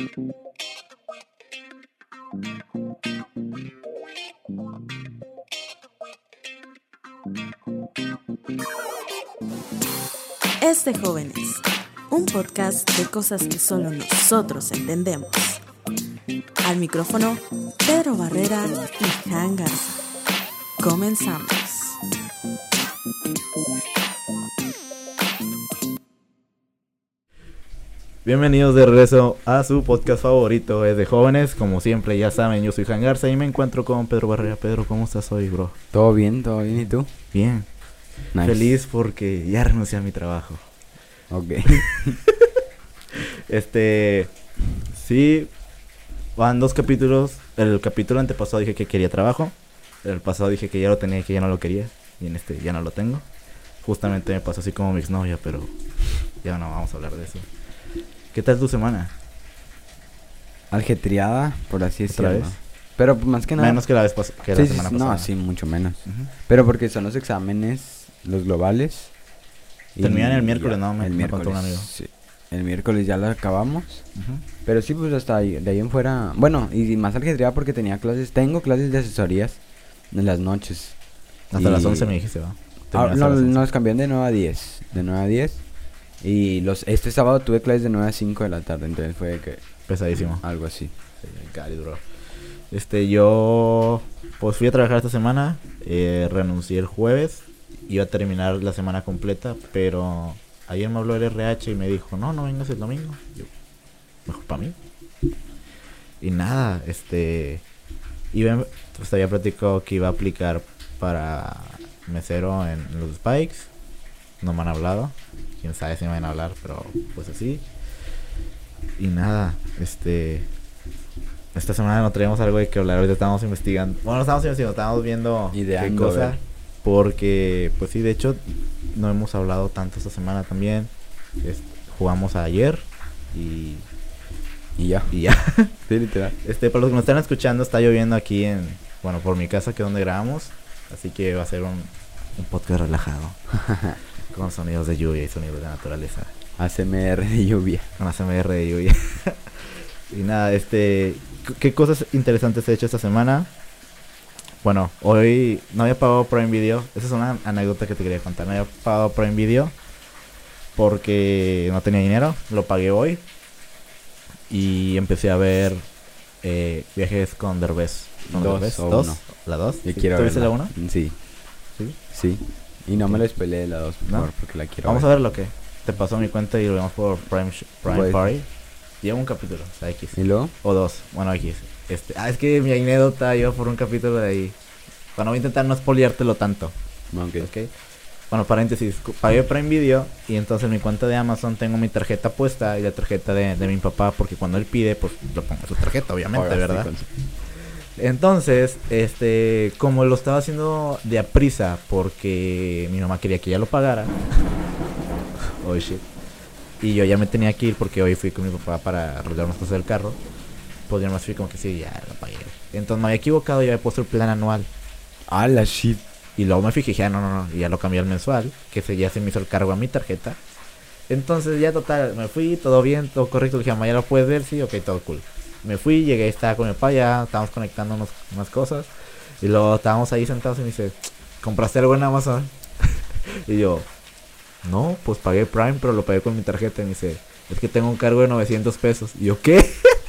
Es de Jóvenes, un podcast de cosas que solo nosotros entendemos. Al micrófono, Pedro Barrera y Jan Garza. Comenzamos. Bienvenidos de regreso a su podcast favorito, Es de Jóvenes. Como siempre, ya saben, yo soy Jan Garza y me encuentro con Pedro Barrera. Pedro, ¿cómo estás hoy, bro? Todo bien, ¿y tú? Bien. Nice. Feliz porque ya renuncié a mi trabajo. Ok. Sí, van 2 capítulos. El capítulo antepasado dije que quería trabajo. El pasado dije que ya lo tenía y que ya no lo quería. Y en este ya no lo tengo. Justamente me pasó así como mi exnovia, pero ya no vamos a hablar de eso. ¿Qué tal tu semana? Algetreada, por así ¿Otra decirlo. vez? Pero más que nada... Menos que la vez pasada. Sí, semana pasada. No, sí, mucho menos. Uh-huh. Pero porque son los exámenes, los globales. Terminan el miércoles, ya, ¿no? Me miércoles, contó un amigo. Sí. El miércoles ya lo acabamos. Uh-huh. Pero sí, pues hasta ahí, de ahí en fuera... Bueno, y más algetreada porque tengo clases de asesorías en las noches. Hasta las 11 me dijiste, ¿va? Nos cambiaron de 9 a 10. De 9 a 10. Y este sábado tuve clases de 9 a 5 de la tarde. Entonces fue que... Pesadísimo. Algo así. Sí, cari, bro. Yo pues fui a trabajar esta semana. Renuncié el jueves. Iba a terminar la semana completa. Pero ayer me habló el RH y me dijo, no vengas el domingo. Yo, mejor para mí. Y nada, pues había platicado que iba a aplicar para mesero en los Spikes. No me han hablado. Quién sabe si me van a hablar, pero pues así. Y nada, esta semana no traíamos algo de que hablar. Ahorita estamos investigando. Bueno, no estamos investigando, estamos viendo Ideando, qué cosa. Porque, pues sí, de hecho, no hemos hablado tanto esta semana también. Jugamos ayer y ya. Sí, literal. Para los que nos están escuchando, está lloviendo aquí por mi casa, que es donde grabamos. Así que va a ser un podcast relajado. Con sonidos de lluvia y sonidos de naturaleza. ASMR de lluvia. Con ASMR de lluvia. Y nada, ¿qué cosas interesantes he hecho esta semana? Bueno, hoy no había pagado Prime Video. Esa es una anécdota que te quería contar. No había pagado Prime Video porque no tenía dinero. Lo pagué hoy. Y empecé a ver Viajes con Derbez. ¿Dos? ¿La 2? Yo quiero ¿Tú viste la 1? Sí. ¿Sí? Y no me lo spoileé la 2, por favor, porque la quiero Vamos ver. a ver lo que te pasó mi cuenta y lo vemos por Prime Pues, Party. Lleva un capítulo, o sea, X. ¿Y luego? O 2, bueno, X. Es que mi anécdota yo por un capítulo de ahí. Bueno, voy a intentar no spoileártelo tanto. Ok. Bueno, paréntesis, pagué Prime Video y entonces en mi cuenta de Amazon tengo mi tarjeta puesta y la tarjeta de mi papá, porque cuando él pide, pues lo pongo en su tarjeta, obviamente, ¿verdad? Entonces, como lo estaba haciendo de aprisa porque mi mamá quería que ya lo pagara. Oh shit. Y yo ya me tenía que ir porque hoy fui con mi papá para arreglar unas cosas del carro. Pues yo nomás fui como que sí, ya lo pagué. Entonces me había equivocado y había puesto el plan anual. Ah, la shit. Y luego me fijé y dije, no. Y ya lo cambié al mensual, que ya se me hizo el cargo a mi tarjeta. Entonces ya total, me fui, todo bien, todo correcto. Le dije, mamá, ¿ya lo puedes ver? Sí, ok, todo cool. Me fui, llegué, estaba con mi papá, ya estábamos conectando unas cosas. Y luego estábamos ahí sentados y me dice, ¿compraste algo en Amazon? Y yo, no, pues pagué Prime, pero lo pagué con mi tarjeta. Y me dice, es que tengo un cargo de 900 pesos. Y yo, ¿qué?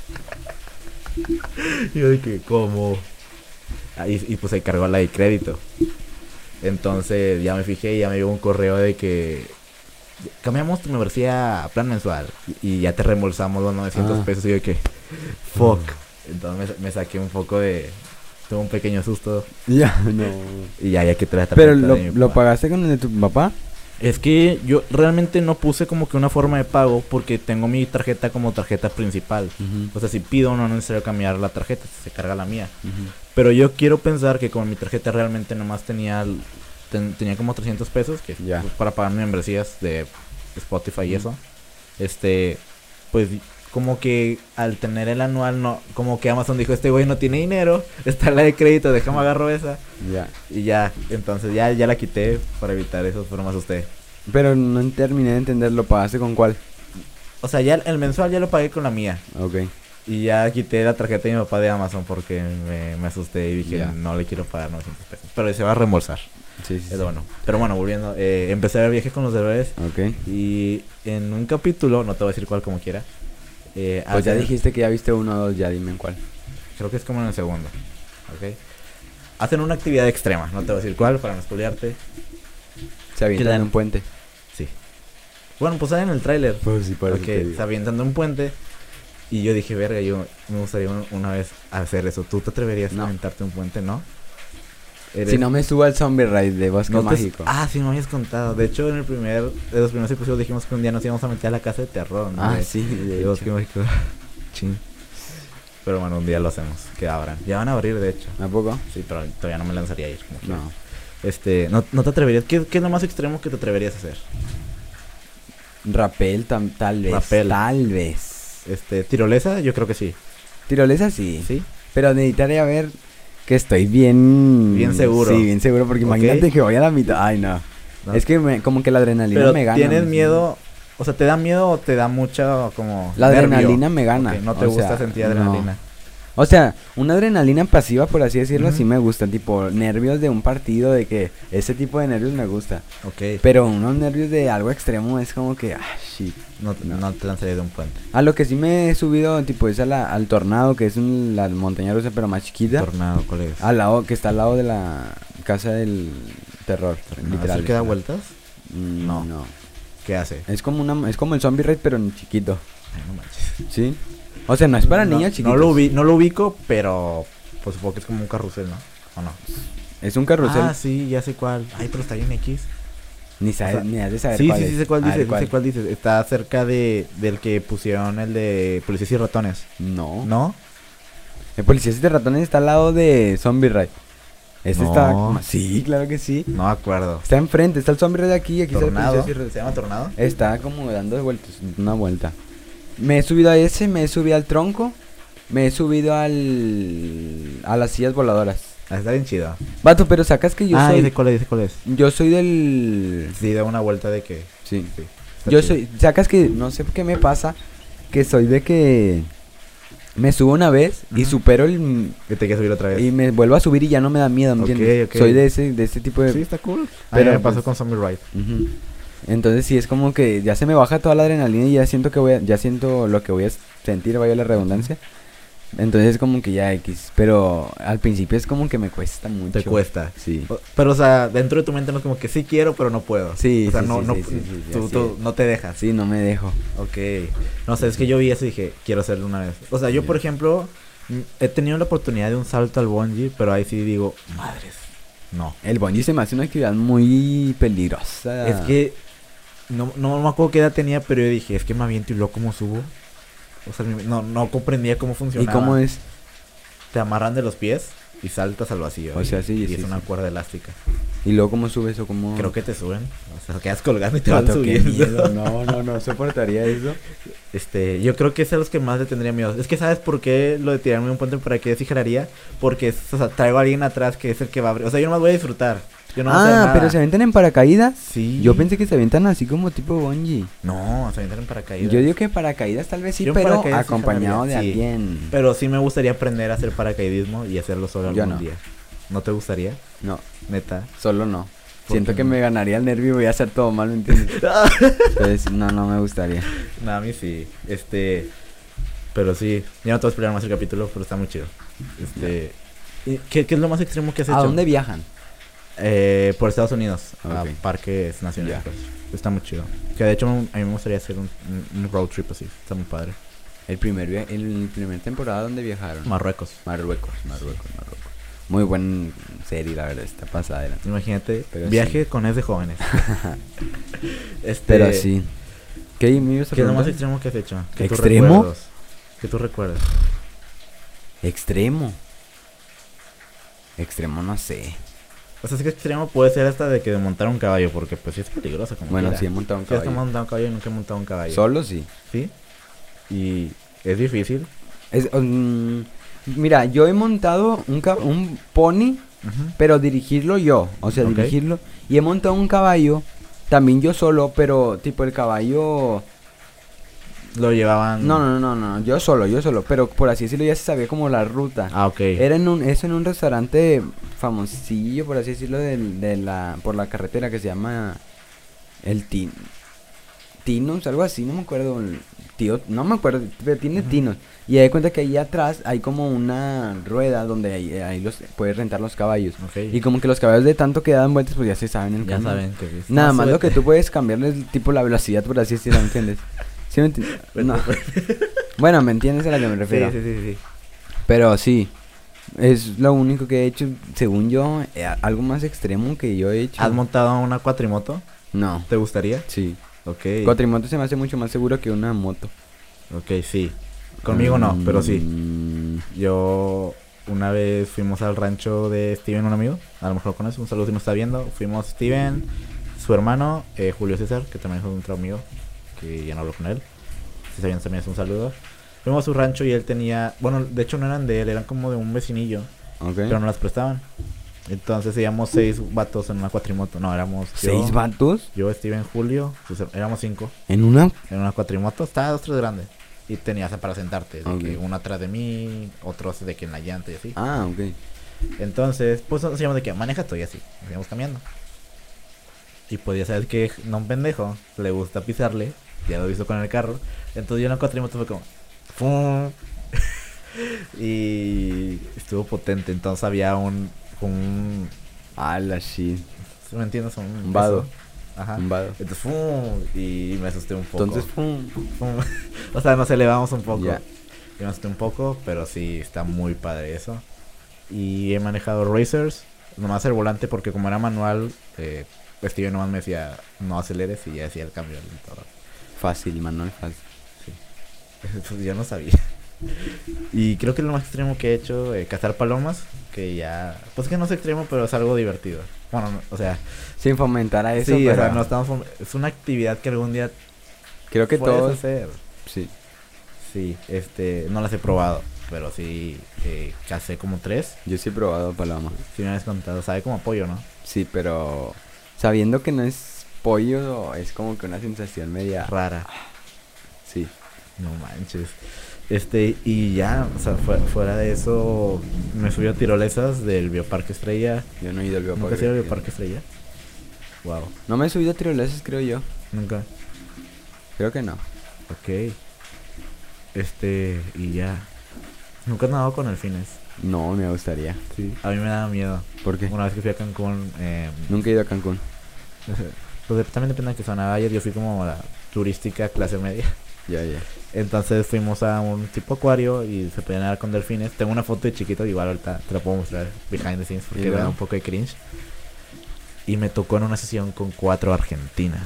Y yo dije, ¿cómo? Y pues ahí cargó la de crédito. Entonces ya me fijé y ya me llegó un correo de que cambiamos tu membresía a plan mensual y ya te reembolsamos los 900 pesos. Y yo que fuck. Entonces me saqué un poco tuve un pequeño susto. Ya, no. Y ya que trae. Pero lo pagaste con el de tu papá. Es que yo realmente no puse como que una forma de pago porque tengo mi tarjeta como tarjeta principal. O sea, si pido no es necesario cambiar la tarjeta, se carga la mía. Pero yo quiero pensar que como mi tarjeta realmente nomás tenía como 300 pesos, que pues, para pagar membresías de Spotify y eso, pues como que al tener el anual, no, como que Amazon dijo, este güey no tiene dinero, está la de crédito, déjame agarro esa. Y ya, entonces ya la quité para evitar esos problemas usted. Pero no terminé de entender, ¿lo pagaste con cuál? O sea, ya el mensual ya lo pagué con la mía. Ok. Y ya quité la tarjeta de mi papá de Amazon porque me asusté y dije, Ya. no le quiero pagar 900 pesos. Pero se va a reembolsar. Sí, sí. Es lo bueno. Pero bueno, volviendo. Empecé a ver Viaje con los Derbez. Ok. Y en un capítulo, no te voy a decir cuál como quiera. Pues ya dijiste que ya viste uno o dos, ya dime en cuál. Creo que es como en el segundo. ¿Ok? Hacen una actividad extrema. No te voy a decir cuál para no spoilearte. Se avientan ¿Qué en dan? un puente. Sí. Bueno, pues salen en el tráiler. Pues sí, por eso te Ok, digo. se avientan de un puente. Y yo dije, verga, yo me gustaría una vez hacer eso. ¿Tú te atreverías No. a aventarte un puente? ¿No? Si no me subo al Zombie Ride de Bosque no te- Mágico. Ah, sí, me habías contado. De hecho, de los primeros episodios dijimos que un día nos íbamos a meter a la casa de terror, ¿no? Ah, De- sí, de de Bosque hecho. Mágico. Chin. Pero bueno, un día lo hacemos. Que abran. Ya van a abrir, de hecho. ¿A poco? Sí, pero todavía no me lanzaría a ir. Como quiera. No. No te atreverías. ¿Qué es lo más extremo que te atreverías a hacer? Rappel tal vez. Rappel. Tal vez. Tirolesa, yo creo que sí. Tirolesa sí. ¿Sí? Pero necesitaría ver que estoy bien... Bien seguro. Sí, bien seguro, porque Ok. imagínate que voy a la mitad. Ay, no. ¿No? Es que como que la adrenalina Pero me gana. ¿tienes ¿no? miedo? O sea, ¿te da miedo o te da mucha como La nervio? adrenalina me gana. Ok, no te o gusta sea, sentir no. adrenalina. O sea, una adrenalina pasiva, por así decirlo, Ujú. sí me gusta. Tipo, nervios de un partido, de que ese tipo de nervios me gusta. Ok. Pero unos nervios de algo extremo es como que, shit. No No. te lanzaría de un puente. A lo que sí me he subido, tipo, es al Tornado, que es la montaña rusa, pero más chiquita. Tornado, ¿cuál es? Al lado, que está al lado de la casa del terror, Tornado. literal. ¿Eso que da vueltas? No. No. ¿Qué hace? Es como es como el Zombie Raid, pero en chiquito. Ay, no manches. ¿Sí? O sea, no es para No, niños chiquitos. no lo ubico, pero pues supongo que es como un carrusel, ¿no? ¿O no? Es un carrusel. Ah, sí, ya sé cuál. Ay, pero está bien X. Ni sabes, o sea, ni has de saber Sí, cuál sí, es. sí sé cuál A ver, dices, sí sé cuál dices. Está cerca del que pusieron el de Policías y Ratones. No. ¿No? El Policías de Ratones está al lado de Zombie Raid. Este No. está... Sí, claro que sí. No me acuerdo. Está enfrente, está el Zombie Raid aquí, aquí está el Tornado. Policías y Ratones. ¿Se llama Tornado? Está como dando vueltas, una vuelta. Me he subido a ese, me he subido al tronco, me he subido a las sillas voladoras. Ah, está bien chido. Vato, pero sacas que yo Ah, soy... dice cuál es, dice cuál es. Yo soy del... Sí, da una vuelta de que... Sí. Sí. está Yo chido. soy... Sacas que... No sé qué me pasa, que soy de que... Me subo una vez y Ujú. supero el... Que te quieres subir otra vez. Y me vuelvo a subir y ya no me da miedo, ¿me Ok, entiendes? ok. Soy de ese tipo de... Sí, está cool. Pero, Pero me pasó pues, con Zombie Ride. Ujú. Entonces sí es como que ya se me baja toda la adrenalina y ya siento ya siento lo que voy a sentir, vaya la redundancia. Entonces es como que ya X, pero al principio es como que me cuesta mucho. Te cuesta. Sí. Pero, o sea, dentro de tu mente no es como que sí quiero, pero no puedo. Sí, O sea, sí, no, sí, no, sí, sí, sí, tú, así tú es. no te dejas. Sí, no me dejo. Ok. No sé, es que yo vi eso y dije, quiero hacerlo una vez. O sea, yo, Sí. por ejemplo, he tenido la oportunidad de un salto al bungee, pero ahí sí digo, madres, no. El bungee se me hace una actividad muy peligrosa. Es que no me acuerdo qué edad tenía, pero yo dije, es que me aviento y luego cómo subo. O sea, no comprendía cómo ¿Y funcionaba. cómo es? Te amarran de los pies y saltas al vacío. O sea, sí, y sí, es sí. una cuerda elástica. ¿Y luego cómo subes o cómo...? Creo que te suben. O sea, quedas colgando y te van Vato, qué subiendo. miedo. No soportaría eso. Yo creo que es a los que más le tendría miedo. Es que ¿sabes por qué lo de tirarme un puente para que sí jalaría? Porque, o sea, traigo a alguien atrás que es el que va a abrir. O sea, yo nomás voy a disfrutar. Yo no voy a hacer nada. Pero se aventan en paracaídas. Sí. Yo pensé que se aventan así como tipo bungee. No, se aventan en paracaídas. Yo digo que paracaídas tal vez sí, Yo en pero paracaídas sí acompañado de jalaría, sí. alguien. Pero sí me gustaría aprender a hacer paracaidismo y hacerlo solo Yo algún no. día. ¿No te gustaría? No, Neta. solo no. ¿Por Siento qué que no? me ganaría el nervio y voy a hacer todo mal, ¿me entiendes? Entonces, no me gustaría. No, a mí sí. Pero sí. Ya no te voy a explicar más el capítulo, pero está muy chido. ¿Y ¿Qué es lo más extremo que has hecho? ¿A dónde viajan? Por Estados Unidos, a Ok. parques nacionales. Ya. Pues. Está muy chido. Que de hecho a mí me gustaría hacer un road trip así. Está muy padre. El primer temporada donde viajaron. Marruecos. Marruecos. Muy buena serie, la verdad, está pasadera. Imagínate, Pero viaje con es de jóvenes. Pero sí. ¿Qué me ibas a ¿Qué es lo más preguntar? extremo que has hecho? Que tú ¿Extremo? recuerdas. Que tú recuerdas. Extremo. Extremo, no sé. O sea, es que extremo puede ser hasta de que de montar un caballo, porque pues sí es peligroso. Como Bueno, quiera. sí he montado un Sí, has caballo. montado un caballo y nunca he montado un caballo. Solo sí. ¿Sí? Y es difícil. Mira, yo he montado un pony, pero dirigirlo yo. O sea, Ok. dirigirlo. Y he montado un caballo, también yo solo, pero tipo el caballo... Lo llevaban... No, yo solo, pero por así decirlo ya se sabía como la ruta. Ah, ok. Era en un restaurante famosillo, por así decirlo, por la carretera que se llama el Tinos, algo así, no me acuerdo, tío, no me acuerdo, pero tiene Tinos. Y hay cuenta que ahí atrás hay como una rueda donde ahí los puedes rentar los caballos. Ok. Y como que los caballos de tanto que dan vueltas, pues ya se saben en Ya camino. saben que... Nada más lo que tú puedes cambiarles tipo la velocidad, por así decirlo, ¿me entiendes? ¿Sí me entiendes? No. Bueno, ¿me entiendes a la que me refiero? Sí. Pero sí, es lo único que he hecho, según yo, algo más extremo que yo he hecho. ¿Has montado una cuatrimoto? No, ¿Te gustaría? sí. Ok. Cuatrimoto se me hace mucho más seguro que una moto. Ok, sí. Conmigo no, pero sí. Mm, Yo una vez fuimos al rancho de Steven, un amigo. A lo mejor lo conoces, un saludo si nos está viendo. Fuimos Steven, su hermano, Julio César, que también es otro amigo, que ya no hablo con él. Si sabían también es un saludo. Fuimos a su rancho y él tenía... Bueno, de hecho no eran de él, eran como de un vecinillo. ok. Pero no las prestaban. Entonces íbamos 6 vatos en una cuatrimoto. No, éramos... ¿6 vatos? Yo, Steven, Julio, éramos 5 ¿En una? en una cuatrimoto. Estaba 2, 3 grande. Y tenías para sentarte. De Ok. que uno atrás de mí, otro de que en la llanta y así. Ah, ok. Entonces, pues nos íbamos de que maneja esto y así. Nos íbamos cambiando. Y podía saber que no un pendejo le gusta pisarle. Ya lo hizo con el carro. Entonces yo en la cuatrimoto fue como... ¡Fum! Y estuvo potente. Entonces había un Ah, la shit. ¿me entiendes? Un vado. eso. Ajá. Un vado. Entonces, ¡fum! Y me asusté un poco. Entonces, pum. ¡Fum! O sea, nos elevamos un poco. Ya. Y me asusté un poco, pero sí, está muy padre eso. Y he manejado racers. Nomás el volante, porque como era manual, Steven nomás me decía, no aceleres, y ya decía el cambio y todo. Fácil, Manuel, fácil. Pues yo no sabía. Y creo que lo más extremo que he hecho, cazar palomas, que ya... Pues que no es extremo, pero es algo divertido. Bueno, o sea... Sin fomentar a eso, sí, pero o sea, no estamos... Es una actividad que algún día creo que puedes todos... hacer. Sí. Sí, no las he probado, pero sí casé como 3. Yo sí he probado paloma. Si me habías contado, sabe como pollo, ¿no? Sí, pero sabiendo que no es pollo, es como que una sensación media... Rara. Sí. No manches. Y ya, o sea, fuera de eso, me subí a tirolesas del Bioparque Estrella. Yo no he ido al ¿Nunca Bioparque. has ido al Bioparque Estrella? Wow, No me he subido a tirolesas, creo yo. nunca. Creo que no. Ok. Y ya. Nunca he nadado con delfines. No, me gustaría. Sí. A mí me daba miedo. ¿Por qué? Una vez que fui a Cancún, Nunca he ido a Cancún. pues también depende de qué zona vayas. Yo fui como la turística clase media. Ya. Entonces fuimos a un tipo acuario y se podía nadar con delfines. Tengo una foto de chiquito, igual ahorita te la puedo mostrar behind the scenes porque ¿Y me da luego? un poco de cringe. Y me tocó en una sesión con 4 argentinas.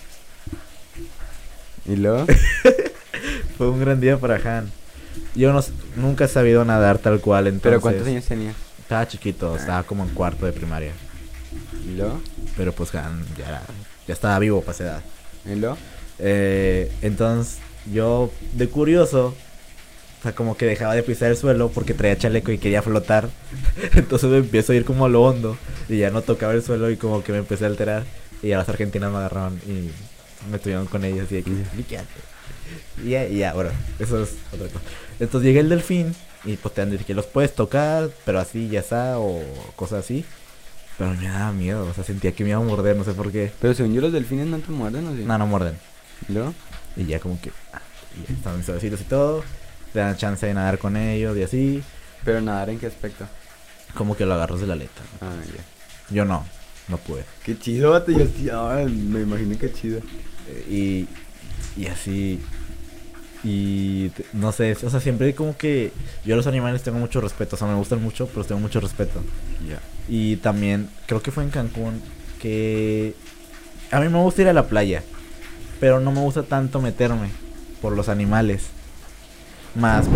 ¿Y luego? Fue un gran día para Han. Yo nunca he sabido nadar tal cual, entonces... ¿Pero cuántos años tenía? Estaba chiquito, estaba como en 4º de primaria. ¿Y luego? Pero pues Han ya estaba vivo para esa edad. ¿Y luego? Entonces yo, de curioso, o sea, como que dejaba de pisar el suelo porque traía chaleco y quería flotar. Entonces me empiezo a ir como a lo hondo y ya no tocaba el suelo y como que me empecé a alterar. Y a las argentinas me agarraron y me tuvieron con ellas y aquí, líqueate. Y ya, bueno, eso es otra cosa. Entonces llegué el delfín y pues te han dicho que los puedes tocar, pero así ya está, o cosas así. Pero me daba miedo, o sea, sentía que me iba a morder, no sé por qué. Pero según yo los delfines no te muerden, ¿o sí? No muerden. ¿Y luego? Y ya como que y ya están mis suavecitos y todo. Te dan chance de nadar con ellos y así. ¿Pero nadar en qué aspecto? Como que lo agarras de la aleta. Ah, ya. Yo no pude. Qué chido, vato. Yo sí, me imagino que chido. Y así. Y no sé, o sea, siempre como que yo a los animales tengo mucho respeto. O sea, me gustan mucho, pero tengo mucho respeto. Ya. Y también, creo que fue en Cancún que a mí me gusta ir a la playa, pero no me gusta tanto meterme por los animales. Más.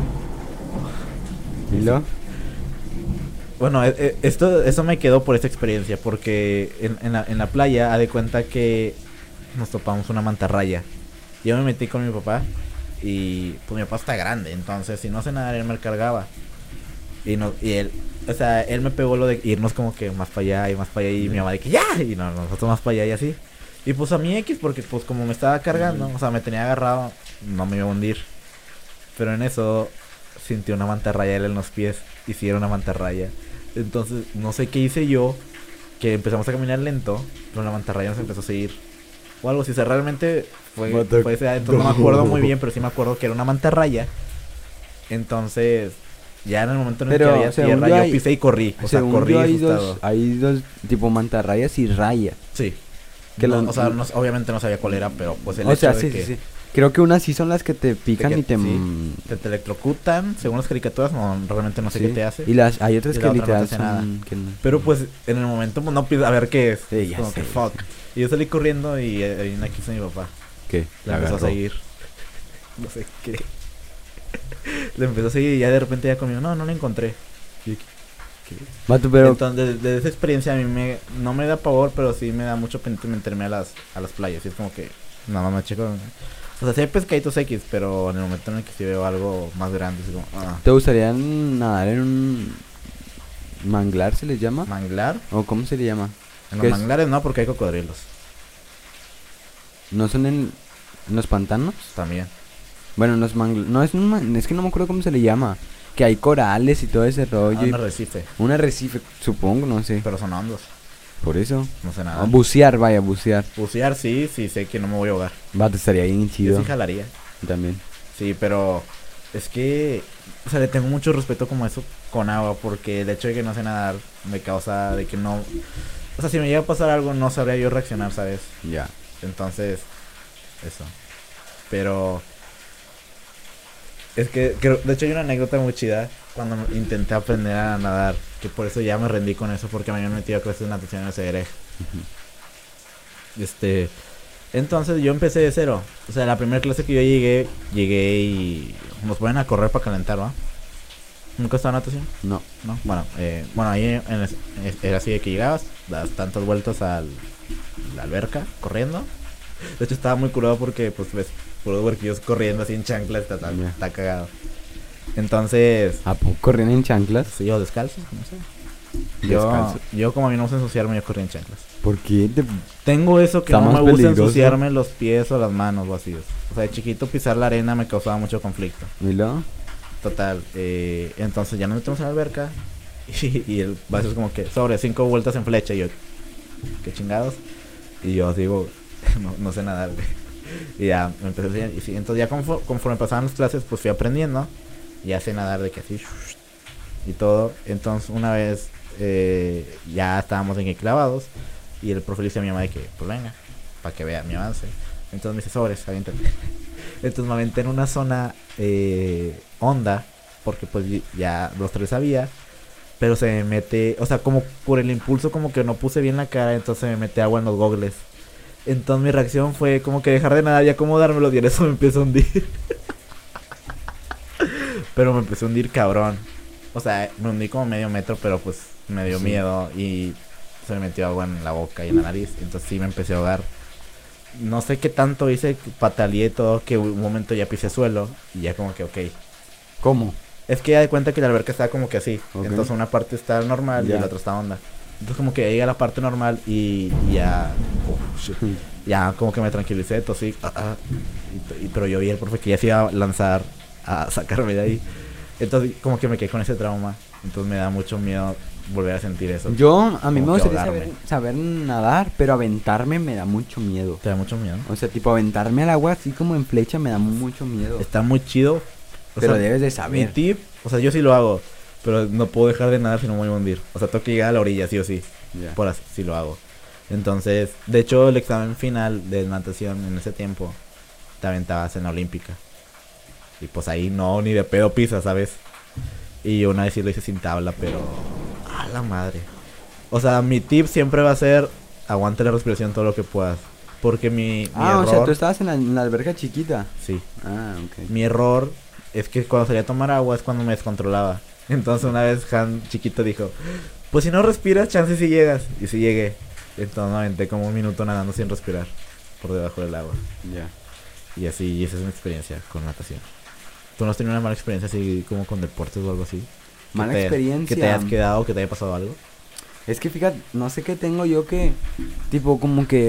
¿Y luego? Bueno, eso me quedó por esta experiencia, porque en la playa, haz de cuenta que nos topamos una mantarraya. Yo me metí con mi papá y pues mi papá está grande, entonces si no sé nadar él me cargaba. Y él, o sea, él me pegó lo de irnos como que más para allá y más para allá y mi mamá de que ya, y no, nosotros más para allá y así. Y pues a mí X, porque pues como me estaba cargando, o sea, me tenía agarrado, no me iba a hundir. Pero en eso sentí una mantarraya en los pies, y sí era una mantarraya. Entonces, no sé qué hice yo, que empezamos a caminar lento, pero la mantarraya nos empezó a seguir. O algo así, o sea, realmente fue ese, entonces no me acuerdo muy bien, pero sí me acuerdo que era una mantarraya. Entonces, ya en el momento en el que había tierra, yo pisé y corrí. O sea, corrí asustado. Hay dos, tipo mantarrayas y rayas. Sí. Que no, o sea, no, obviamente no sabía cuál era, pero pues el hecho de que... Sí. Creo que unas sí son las que te pican y te... Sí, te electrocutan, según las caricaturas, no, realmente no sé qué te hace. Y hay otras que literal son... Nada. Que no. Pero pues, en el momento, pues no piensas, a ver qué es. Sí, ya como sé. que fuck. Y yo salí corriendo y ahí aquí está mi papá. ¿Qué? La empezó a seguir. No sé qué. Le empezó a seguir y ya de repente ya conmigo, no la encontré. Y, Mato, pero... Entonces, de esa experiencia a mí no me da pavor, pero sí me da mucho pendiente meterme a las playas. Y es como que, nada más me checo. O sea, sí hay pescaditos X, pero en el momento en el que sí veo algo más grande, es como, ¿Te gustaría nadar en un manglar, se les llama? ¿Manglar? ¿O cómo se le llama? En los manglares no, porque hay cocodrilos. ¿No son en los pantanos? También. Bueno, los manglares... No, es que no me acuerdo cómo se le llama. Que hay corales y todo ese rollo. Un arrecife. Un arrecife, supongo, no sé. Pero son hondos. Por eso. No sé nada. Bucear. Bucear sí sé que no me voy a ahogar. Te estaría bien chido. Yo sí jalaría. También. Sí, pero es que, o sea, le tengo mucho respeto como eso con agua, porque el hecho de que no sé nadar me causa de que no... O sea, si me llega a pasar algo no sabría yo reaccionar, ¿sabes? Ya. Entonces, eso. Pero... Es que, de hecho hay una anécdota muy chida cuando intenté aprender a nadar, que por eso ya me rendí con eso, porque me habían metido a clases de natación en el CDR. Entonces yo empecé de cero. O sea, la primera clase que yo llegué y nos ponen a correr para calentar, ¿va? ¿Nunca estaba en natación? No. Bueno, ahí era así de que llegabas, das tantas vueltas a la alberca, corriendo. De hecho estaba muy curado porque pues ves puros huerquillos corriendo así en chanclas, está cagado. Entonces... ¿A poco corrían en chanclas? Sí, o descalzos, no sé. Descalzo. Yo como a mí no me gusta ensuciarme, yo corrí en chanclas. ¿Por qué? Tengo eso que Está no me más gusta peligroso. ensuciarme los pies o las manos vacíos. O sea, de chiquito pisar la arena me causaba mucho conflicto. ¿Y luego? Total, entonces ya nos metemos en la alberca y el vaso es como que sobre 5 vueltas en flecha y yo, qué chingados. Y yo digo, no sé nadar, güey. Y ya me empecé a enseñar. Y sí, entonces ya conforme pasaban las clases, pues fui aprendiendo. Y ya sé nadar de que así y todo. Entonces una vez ya estábamos en clavados y el profe le dice a mi mamá de que, pues venga, para que vea mi avance. Entonces me dice, sobres, aviéntate. Entonces me aventé en una zona honda, porque pues ya 2-3 sabía. Pero se me mete, o sea, como por el impulso como que no puse bien la cara, entonces me mete agua en los gogles. Entonces mi reacción fue como que dejar de nadar y acomodármelo, y en eso me empezó a hundir. Pero me empecé a hundir cabrón. O sea, me hundí como medio metro, pero pues me dio miedo y se me metió agua en la boca y en la nariz. Entonces sí me empecé a ahogar. No sé qué tanto hice, pataleé todo, que un momento ya pisé suelo y ya como que ok. ¿Cómo? Es que ya de cuenta que la alberca estaba como que así. Okay. Entonces una parte está normal y la otra está honda. Entonces como que llegué a la parte normal y ya... ya como que me tranquilicé, tosí. Pero yo vi al profe que ya se iba a lanzar a sacarme de ahí. Entonces como que me quedé con ese trauma. Entonces me da mucho miedo volver a sentir eso. A mí me gustaría saber nadar, pero aventarme me da mucho miedo. ¿Te da mucho miedo? O sea, tipo aventarme al agua así como en flecha me da mucho miedo. Está muy chido. Pero debes de saber. Mi tip, o sea, yo sí lo hago, pero no puedo dejar de nadar si no me voy a hundir. O sea, tengo que llegar a la orilla, sí o sí. Yeah. Por así, sí lo hago. Entonces, de hecho, el examen final de natación en ese tiempo te aventabas en la olímpica. Y pues ahí no, ni de pedo pisa, ¿sabes? Y yo una vez sí lo hice sin tabla, pero... ¡a la madre! O sea, mi tip siempre va a ser... aguante la respiración todo lo que puedas. Porque mi error... o sea, tú estabas en la alberca chiquita. Sí. Ah, ok. Mi error es que cuando salía a tomar agua es cuando me descontrolaba. Entonces una vez Han chiquito dijo, pues si no respiras, chance si llegas. Y si llegué. Entonces me aventé como un minuto nadando sin respirar por debajo del agua. Ya. Y así, y esa es mi experiencia con natación. ¿Tú no has tenido una mala experiencia así como con deportes o algo así? Mala experiencia. ¿Que te hayas quedado, que te haya pasado algo? Es que fíjate, no sé qué tengo yo que... tipo como que...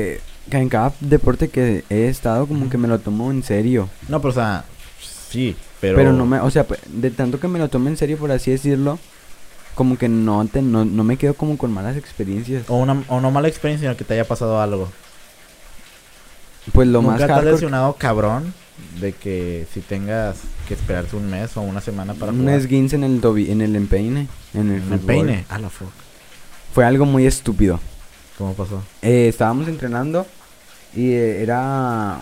en cada deporte que he estado como que me lo tomo en serio. No, pero o sea, sí, pero... Pero no me, o sea, de tanto que me lo tomo en serio, por así decirlo, como que no me quedo como con malas experiencias. O no mala experiencia, sino que te haya pasado algo. Pues lo más ¿Nunca te has hardcore, lesionado cabrón? De que si tengas que esperarte un mes o una semana para un jugar. esguince en el en el empeine, en el ¿Me fútbol. peine? A la fuck. Fue algo muy estúpido. ¿Cómo pasó? Estábamos entrenando y era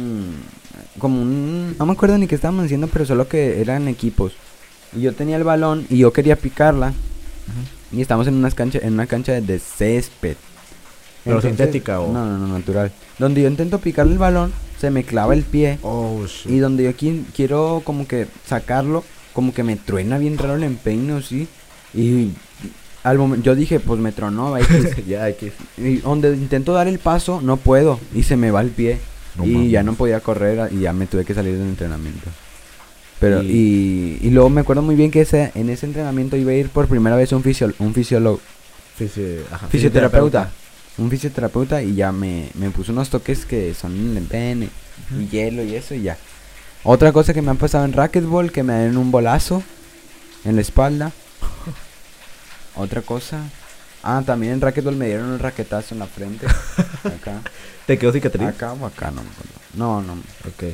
no me acuerdo ni qué estábamos haciendo, pero solo que eran equipos. Y yo tenía el balón y yo quería picarla. Y estamos en una cancha de césped. ¿Pero sintética o...? No, natural. Donde yo intento picarle el balón, se me clava el pie. Oh, shit. Y donde yo quiero como que sacarlo, como que me truena bien raro el empeine, ¿sí? Y al momento yo dije, pues me tronó, Ya, hay que... y donde intento dar el paso, no puedo. Y se me va el pie. No y mames. ya no podía correr y ya me tuve que salir del entrenamiento. Pero, y luego me acuerdo muy bien que en ese entrenamiento iba a ir por primera vez un fisioterapeuta. Un fisioterapeuta y ya me puso unos toques que son en el empeine y hielo y eso y ya. Otra cosa que me ha pasado en racquetball, que me dan un bolazo en la espalda. Otra cosa. También en racquetball me dieron un raquetazo en la frente. Acá. ¿Te quedó cicatriz? Acá o acá, no me acuerdo. No. Ok.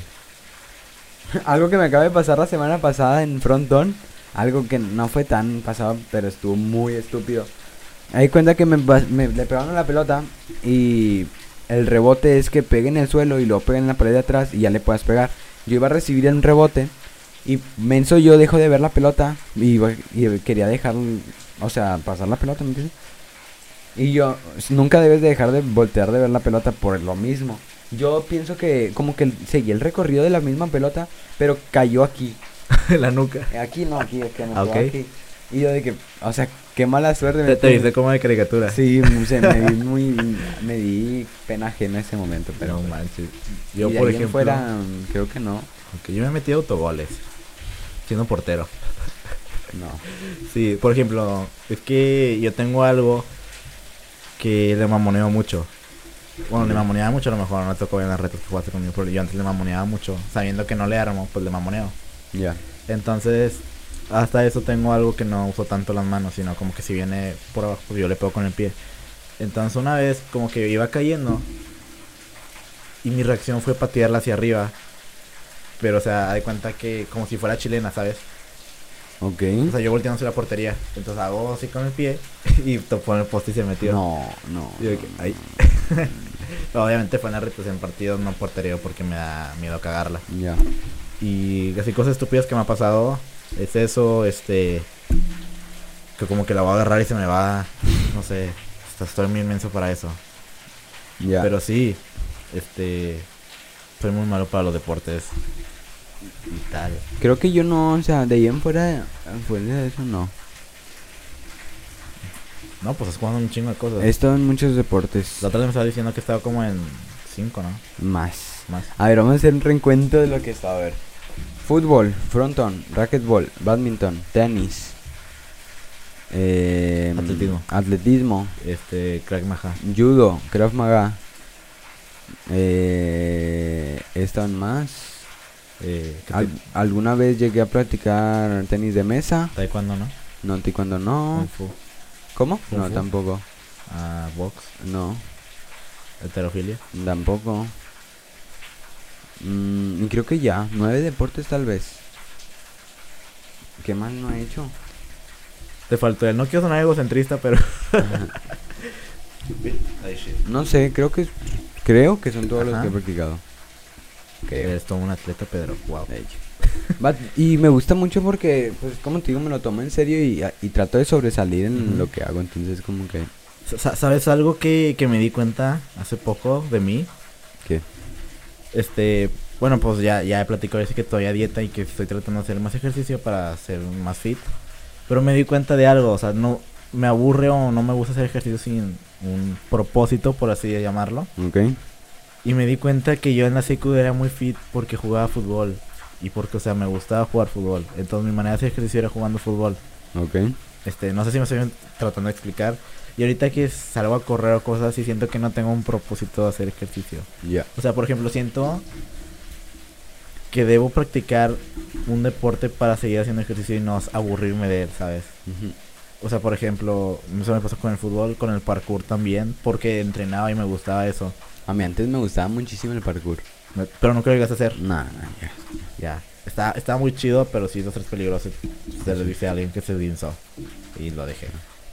Algo que me acaba de pasar la semana pasada en frontón. Algo que no fue tan pasado, pero estuvo muy estúpido. Ahí cuenta que le pegaron a la pelota y el rebote es que pegue en el suelo y luego pegue en la pared de atrás y ya le puedas pegar. Yo iba a recibir un rebote y menso yo dejo de ver la pelota y quería dejar, o sea, pasar la pelota, ¿me entiendes? Y yo, nunca debes de dejar de voltear de ver la pelota por lo mismo. Yo pienso que como que seguí el recorrido de la misma pelota, pero cayó aquí. La nuca. Aquí no, aquí me Ah, pegó ok. aquí. Y yo de que, o sea, qué mala suerte. Te viste como de caricatura. Sí, me di pena ajena en ese momento, pero No pues, manches. y Yo, de por ahí en ejemplo... fuera, creo que no. Ok, yo me metí a autogoles. Siendo portero. No. Sí, por ejemplo, es que yo tengo algo que le mamoneo mucho. Bueno, le mamoneaba mucho, a lo mejor no me tocó ver en las retas que jugaste conmigo, pero yo antes le mamoneaba mucho. Sabiendo que no le armo, pues le mamoneo. Ya. Entonces, hasta eso tengo algo que no uso tanto las manos, sino como que si viene por abajo, pues yo le pego con el pie. Entonces una vez como que iba cayendo y mi reacción fue patearla hacia arriba. Pero o sea, de cuenta que como si fuera chilena, ¿sabes? Ok. O sea, yo volteando hacia la portería. Entonces hago así con el pie y topó en el poste y se metió. No. Y yo de que, ay. Obviamente fue en retos en partidos, no portería porque me da miedo cagarla. Ya. Y así cosas estúpidas que me ha pasado es eso, que como que la voy a agarrar y se me va, no sé, estoy muy inmenso para eso. Ya. Pero sí, soy muy malo para los deportes y tal. Creo que yo no, o sea, de ahí en fuera de eso no. No, pues es jugando un chingo de cosas. He estado en muchos deportes. La otra vez me estaba diciendo que estaba como en 5, ¿no? Más. Más. A ver, vamos a hacer un reencuentro de lo que está. A ver. Fútbol, frontón, racquetball, badminton, tenis. Atletismo. Atletismo. Krav Maga. Judo, Krav Maga. ¿Están más? ¿Alguna vez llegué a practicar tenis de mesa? Taekwondo, ¿no? No, taekwondo no. Kung Fu. ¿Cómo? Kung No, Fu. tampoco. Box. No, Heterofilia. tampoco. Y creo que ya, 9 deportes tal vez. ¿Qué más no he hecho? Te faltó el, no quiero sonar egocentrista, pero... No sé, creo que son todos los Ajá. que he practicado. Eres todo un atleta, Pedro. Wow. Y me gusta mucho porque, pues como te digo, me lo tomo en serio y trato de sobresalir en Ujú. lo que hago. Entonces como que... ¿Sabes algo que me di cuenta hace poco de mí? ¿Qué? Bueno, pues ya he platicado así que todavía dieta y que estoy tratando de hacer más ejercicio para ser más fit. Pero me di cuenta de algo, o sea, no me aburre o no me gusta hacer ejercicio sin un propósito, por así llamarlo. Ok. Y me di cuenta que yo en la secu era muy fit porque jugaba fútbol. Y porque, o sea, me gustaba jugar fútbol. Entonces mi manera de hacer ejercicio era jugando fútbol. Ok. No sé si me estoy tratando de explicar. Y ahorita que salgo a correr o cosas así, siento que no tengo un propósito de hacer ejercicio. Ya. O sea, por ejemplo, siento que debo practicar un deporte para seguir haciendo ejercicio y no aburrirme de él, ¿sabes? Ujú. O sea, por ejemplo, eso me pasó con el fútbol, con el parkour también, porque entrenaba y me gustaba eso. A mí antes me gustaba muchísimo el parkour. Pero nunca lo llegaste a hacer. Nah, ya. Ya. Está muy chido, pero sí, es peligroso. Se le dice a alguien que se vinzó. Y lo dejé.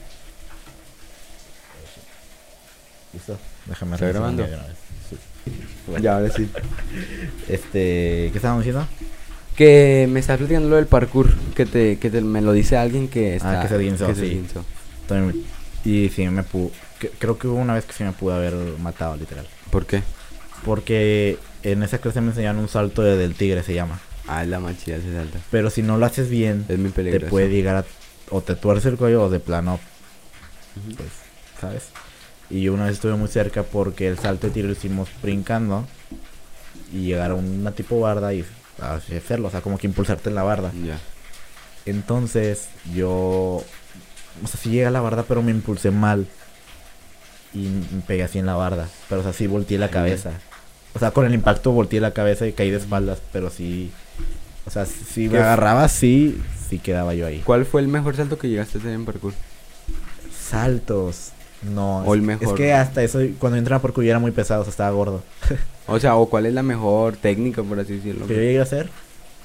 ¿Listo? Déjame ¿Está revisar grabando? de una vez. Sí. Bueno. Ya, ahora sí. ¿Qué estábamos diciendo? Que me estás platicando lo del parkour, me lo dice alguien que está... que se esguinzó, que se sí. esguinzó. También y sí me pudo... Creo que hubo una vez que sí me pude haber matado, literal. ¿Por qué? Porque en esa clase me enseñaron un salto del tigre, se llama. Ah, es la más chida, se salta. Pero si no lo haces bien, Es muy te peligroso. puede llegar a... O te tuerce el cuello o de plano, Ujú. pues, ¿sabes? Y yo una vez estuve muy cerca porque el salto de tigre lo hicimos brincando. Y llegar a una tipo barda y hacerlo, o sea, como que impulsarte en la barda. Ya. Entonces yo, o sea, sí llegué a la barda, pero me impulsé mal y me pegué así en la barda. Pero o sea, sí volteé la cabeza. O sea, con el impacto volteé la cabeza y caí de espaldas, pero sí, o sea, si me agarraba, sí quedaba yo ahí. ¿Cuál fue el mejor salto que llegaste a hacer en parkour? Saltos, no. O el Es mejor. que hasta eso, cuando yo entraba por cuyo era muy pesado, o sea, estaba gordo. O sea, o cuál es la mejor técnica, por así decirlo. Lo que yo llegué a hacer,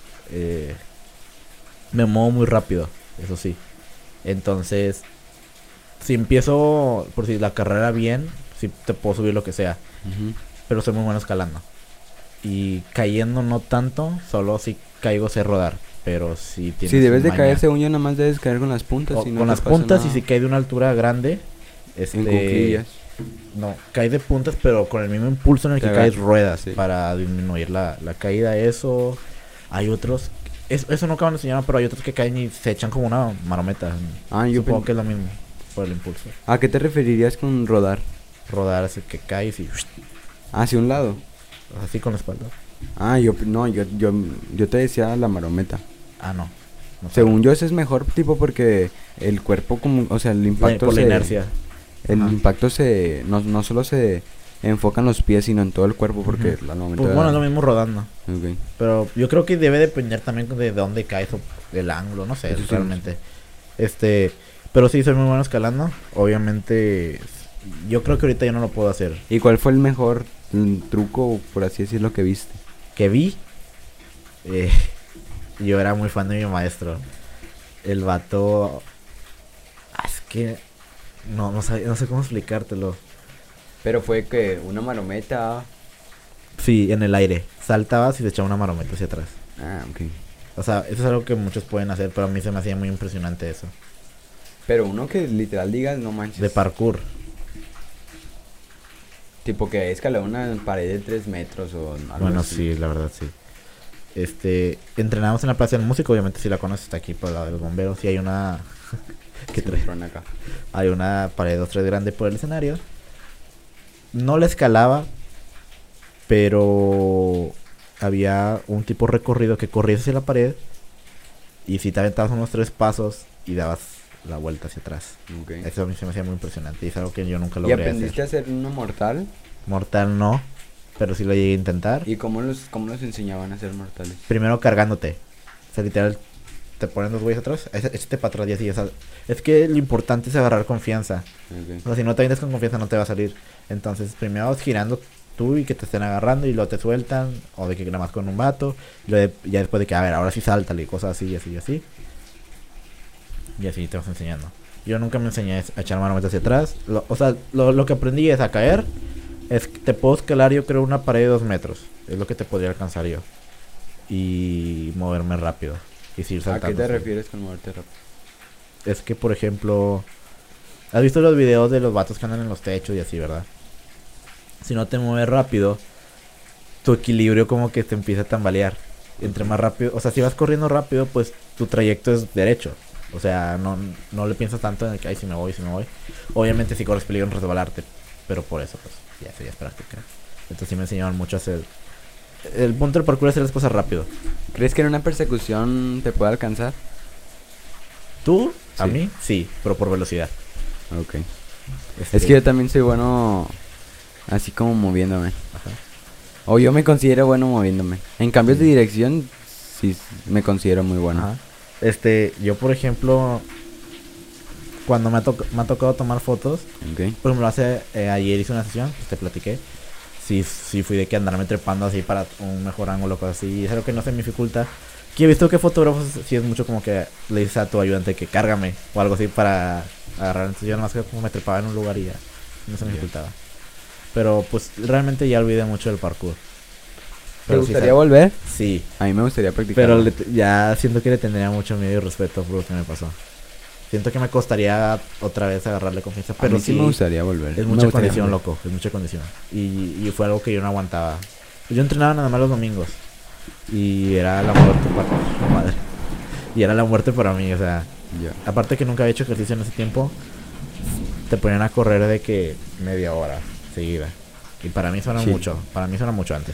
me muevo muy rápido, eso sí. Entonces, si empiezo, por si la carrera bien, sí te puedo subir lo que sea. Ujú. Pero soy muy bueno escalando. Y cayendo no tanto, solo si caigo sé rodar. Pero si tienes Si debes de maña. caer, según yo, nada más debes caer con las puntas. O y no con te las pasa puntas nada. y si cae de una altura grande, En cuclillas. no, cae de puntas, pero con el mismo impulso en el Te que caes agarra, ruedas sí. para disminuir la caída. Eso, hay otros, eso no acaban de enseñar, pero hay otros que caen y se echan como una marometa. Ah, yo Supongo pen- que es lo mismo por el impulso. ¿A qué te referirías con rodar? Rodar así que caes y ¿Hacia un lado? así con la espalda. Ah, yo te decía la marometa. Ah, no. No sé. Según yo, ese es mejor, tipo, porque el cuerpo, como, o sea, el impacto Por la inercia. El Ajá. impacto no solo se enfoca en los pies, sino en todo el cuerpo, porque Ujú. al momento Pues bueno, es lo mismo rodando. Ok. Pero yo creo que debe depender también de dónde caes o del ángulo, no sé, Eso sí, realmente. Pero sí, soy muy bueno escalando. Obviamente, yo creo que ahorita yo no lo puedo hacer. ¿Y cuál fue el mejor truco, por así decirlo, que viste? Que vi, yo era muy fan de mi maestro. El vato, es que no sé cómo explicártelo. Pero fue que una marometa... Sí, en el aire. Saltabas y se echaba una marometa hacia atrás. Ah, ok. O sea, eso es algo que muchos pueden hacer, pero a mí se me hacía muy impresionante eso. Pero uno que literal digas, no manches. De parkour. Tipo que escaló una pared de 3 metros o algo Bueno, así. sí, la verdad, sí. Entrenamos en la Plaza del Músico, obviamente si la conoces, está aquí por la de los bomberos. Y hay una... ¿Qué Sí, trae? fueron acá. Hay una pared 2-3 grande por el escenario. No la escalaba, pero había un tipo recorrido que corrías hacia la pared y si te aventabas unos 3 pasos y dabas la vuelta hacia atrás. Ok. Eso a mí se me hacía muy impresionante y es algo que yo nunca ¿Y logré aprendiste hacer. a hacer uno mortal? Mortal no, pero sí lo llegué a intentar. ¿Y cómo los enseñaban a hacer mortales? Primero cargándote. O sea, literal, te ponen los güeyes atrás, échate para atrás y así. O sea, es que lo importante es agarrar confianza. Ok. O sea, si no te avientas con confianza no te va a salir. Entonces, primero vas girando tú y que te estén agarrando y luego te sueltan. O de que nada más con un vato. Y luego ya después de que, a ver, ahora sí sáltale y cosas así y así y así. Y así te vas enseñando. Yo nunca me enseñé a echar marometas hacia atrás. Lo que aprendí es a caer. Es que te puedo escalar, yo creo, una pared de 2 metros. Es lo que te podría alcanzar yo. Y moverme rápido. Y seguir ¿A saltando. qué te sí. refieres con moverte rápido? Es que, por ejemplo, ¿has visto los videos de los vatos que andan en los techos y así, verdad? Si no te mueves rápido, tu equilibrio como que te empieza a tambalear. Entre más rápido, o sea, si vas corriendo rápido, pues tu trayecto es derecho. O sea, no le piensas tanto en el que, ay, si me voy. Obviamente si corres peligro en resbalarte, pero por eso, pues, ya sería práctica. Entonces sí me enseñaron mucho a hacer... El punto del parkour es hacer las cosas rápido. ¿Crees que en una persecución te puede alcanzar? Tú, a Sí. mí, sí, pero por velocidad. Ok. Es que yo también soy bueno así como moviéndome. Ajá. O yo me considero bueno moviéndome. En cambios de dirección, sí me considero muy bueno. Ajá. Yo, por ejemplo, cuando me ha tocado tomar fotos, Ok. por ejemplo, ayer hice una sesión, pues te platiqué. Sí fui de que andarme trepando así para un mejor ángulo, cosas así. Y es algo que no se me dificulta. Que he visto que fotógrafos sí es mucho como que le dices a tu ayudante que cárgame o algo así para agarrar. Entonces yo nada más que como me trepaba en un lugar y ya no se me dificultaba. Pero pues realmente ya olvidé mucho del parkour. ¿Te Pero gustaría volver? Sí, A mí me gustaría practicar. pero ya siento que le tendría mucho miedo y respeto por lo que me pasó. Siento que me costaría otra vez agarrarle confianza, Pero pero sí me gustaría volver. es Me mucha gustaría condición, volver. loco, es mucha condición. Y fue algo que yo no aguantaba. Yo entrenaba nada más los domingos y era la muerte para madre. Y era la muerte para mí, o sea, Ya. aparte que nunca había hecho ejercicio en ese tiempo, te ponían a correr de que media hora seguida. Y para mí suena Sí. mucho antes.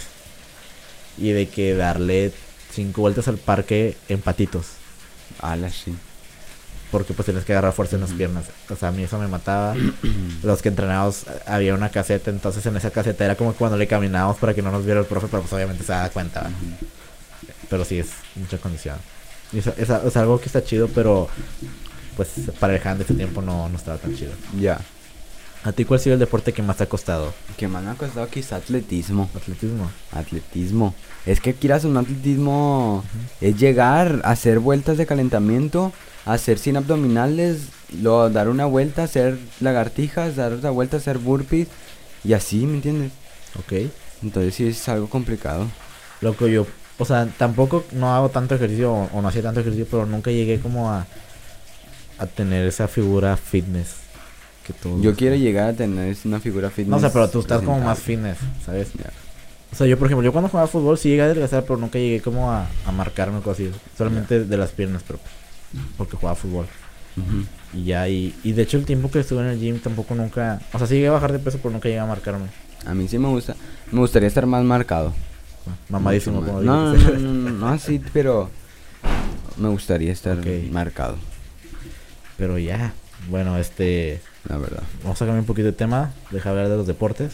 Y de que darle 5 vueltas al parque en patitos. Ala, sí. Porque pues tienes que agarrar fuerza en las piernas. O sea, a mí eso me mataba. Los que entrenábamos, había una caseta. Entonces en esa caseta era como cuando le caminábamos para que no nos viera el profe. Pero pues obviamente se da cuenta, ¿verdad? Pero sí es mucha condición. Y es algo que está chido. Pero pues para el hand de ese tiempo no estaba tan chido. Ya. ¿A ti cuál ha sido el deporte que más te ha costado? Que más me ha costado quizá atletismo. Atletismo. Atletismo. Es que quieras un atletismo es llegar a hacer vueltas de calentamiento, hacer 100 abdominales, luego dar una vuelta, hacer lagartijas, dar otra vuelta, hacer burpees y así, ¿me entiendes? Ok. Entonces sí es algo complicado. Loco, yo, o sea, tampoco no hago tanto ejercicio o no hacía tanto ejercicio, pero nunca llegué como a tener esa figura fitness que tú. Yo quiero llegar a tener una figura fitness. No, o sea, pero tú estás como más presentable. fitness, ¿sabes? Ya. O sea, yo, por ejemplo, yo cuando jugaba fútbol sí llegué a adelgazar, pero nunca llegué como a marcarme o cosas así. Solamente de las piernas, pero porque jugaba fútbol. Ujú. Y ya, y de hecho el tiempo que estuve en el gym tampoco nunca. O sea, sí llegué a bajar de peso, pero nunca llegué a marcarme. A mí sí me gusta. Me gustaría estar más marcado. Mamadísimo, Mucho como más. dijiste. No, así, pero me gustaría estar Ok. marcado, Pero ya, bueno, la verdad. vamos a cambiar un poquito de tema. Deja hablar de los deportes.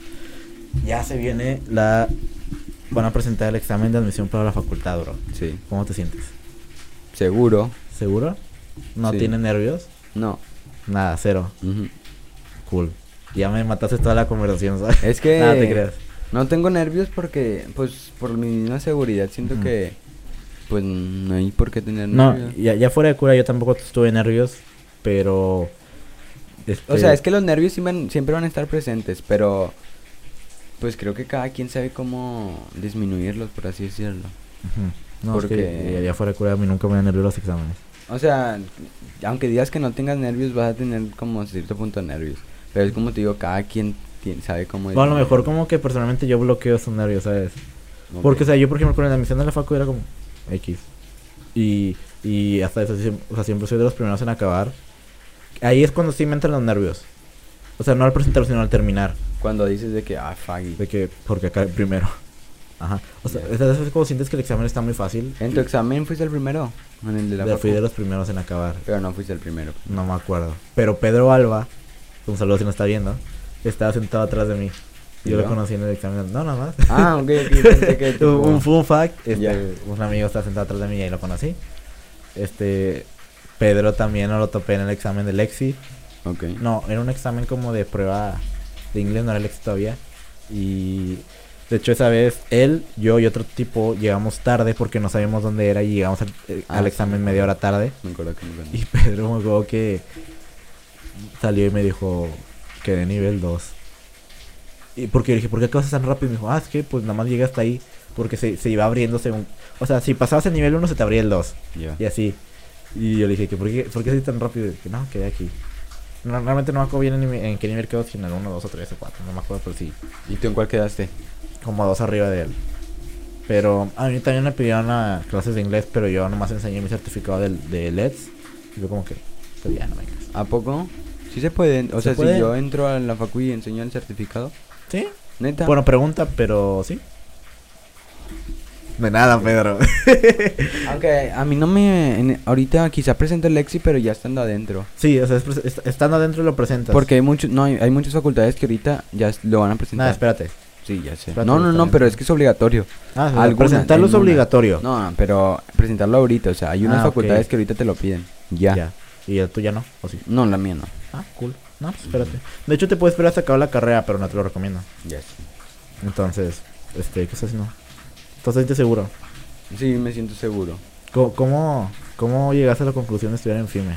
Ya se viene van a presentar el examen de admisión para la facultad, bro. Sí. ¿Cómo te sientes? Seguro. ¿Seguro? ¿No Sí. tienes nervios? No. Nada, cero. Ujú. Cool. Ya me mataste toda la conversación, ¿sabes? Es que Nada, te creas. no tengo nervios porque, pues, por mi misma seguridad siento Ujú. que, pues, no hay por qué tener No, nervios. ya fuera de cura yo tampoco tuve nervios, pero... O sea, es que los nervios siempre van a estar presentes, pero, pues, creo que cada quien sabe cómo disminuirlos, por así decirlo. Ujú. No, es porque- que ya fuera de cura a mí nunca me dan nervios los exámenes. O sea, aunque digas que no tengas nervios, vas a tener como cierto punto de nervios. Pero es como te digo, cada quien sabe cómo... O a lo mejor como que personalmente yo bloqueo esos nervios, ¿sabes? Ok. Porque, o sea, yo por ejemplo con la admisión de la facu era como X. Y hasta eso, o sea, siempre soy de los primeros en acabar. Ahí es cuando sí me entran los nervios. O sea, no al presentar, sino al terminar. Cuando dices de que, faggy. De que, porque acabé primero. Ajá. O sea, es como sientes que el examen está muy fácil. ¿En tu examen fuiste el primero? En el de la Fui facu. de los primeros en acabar. Pero no fuiste el primero. No me acuerdo. Pero Pedro Alba, un saludo si no está viendo, estaba sentado atrás de mí. ¿Y Yo lo yo? conocí en el examen. No, nada más. Ok, pensé que tipo- Un fun fact, Ya. un amigo estaba sentado atrás de mí y ahí lo conocí. Pedro también no lo topé en el examen de Lexi. Ok. No, era un examen como de prueba de inglés, no era Lexi todavía. Y de hecho esa vez él, yo y otro tipo llegamos tarde porque no sabíamos dónde era y llegamos al sí, examen me media acuerdo. hora tarde. Me acuerdo que me acuerdo. Y Pedro me acuerdo que salió y me dijo que de nivel 2. Y porque yo dije, ¿por qué acabas tan rápido? Y me dijo, es que pues nada más llegué hasta ahí. Porque se iba abriendo según... O sea, si pasabas el nivel 1 se te abría el 2. Ya. Y así. Y yo le dije, ¿por qué así tan rápido? Y dije, no, quedé aquí. Realmente no me acuerdo bien en qué nivel quedó, si en el 1, 2 o 3 o 4. No me acuerdo, pero sí. ¿Y tú en cuál quedaste? Como 2 arriba de él. Pero a mí también me pidieron clases de inglés, pero yo nomás enseñé mi certificado de LEDs. Y yo como que, pues ya no vengas. ¿A poco? Sí se puede. O ¿Se sea, puede? si yo entro a la facu y enseño el certificado. ¿Sí? ¿Neta? Bueno, pregunta, pero sí. De nada, Pedro. Aunque a mí no me... ahorita quizá presento el Lexi, pero ya estando adentro. Sí, o sea, estando adentro lo presentas. Porque hay muchos... No, hay muchas facultades que ahorita ya lo van a presentar. Nada, espérate. Sí, ya sé. Espérate, No, pero es que es obligatorio. Presentarlo es obligatorio. No, pero presentarlo ahorita, o sea, hay unas facultades que ahorita te lo piden. Ya. ¿Y el tuyo no? ¿O sí? No, la mía no. Ah, cool. No, pues espérate. De hecho, te puedes esperar hasta acabar la carrera, pero no te lo recomiendo. Ya sé. Entonces, ¿qué estás haciendo? ¿Estás sientes seguro? Sí, me siento seguro. ¿Cómo llegaste a la conclusión de estudiar en FIME?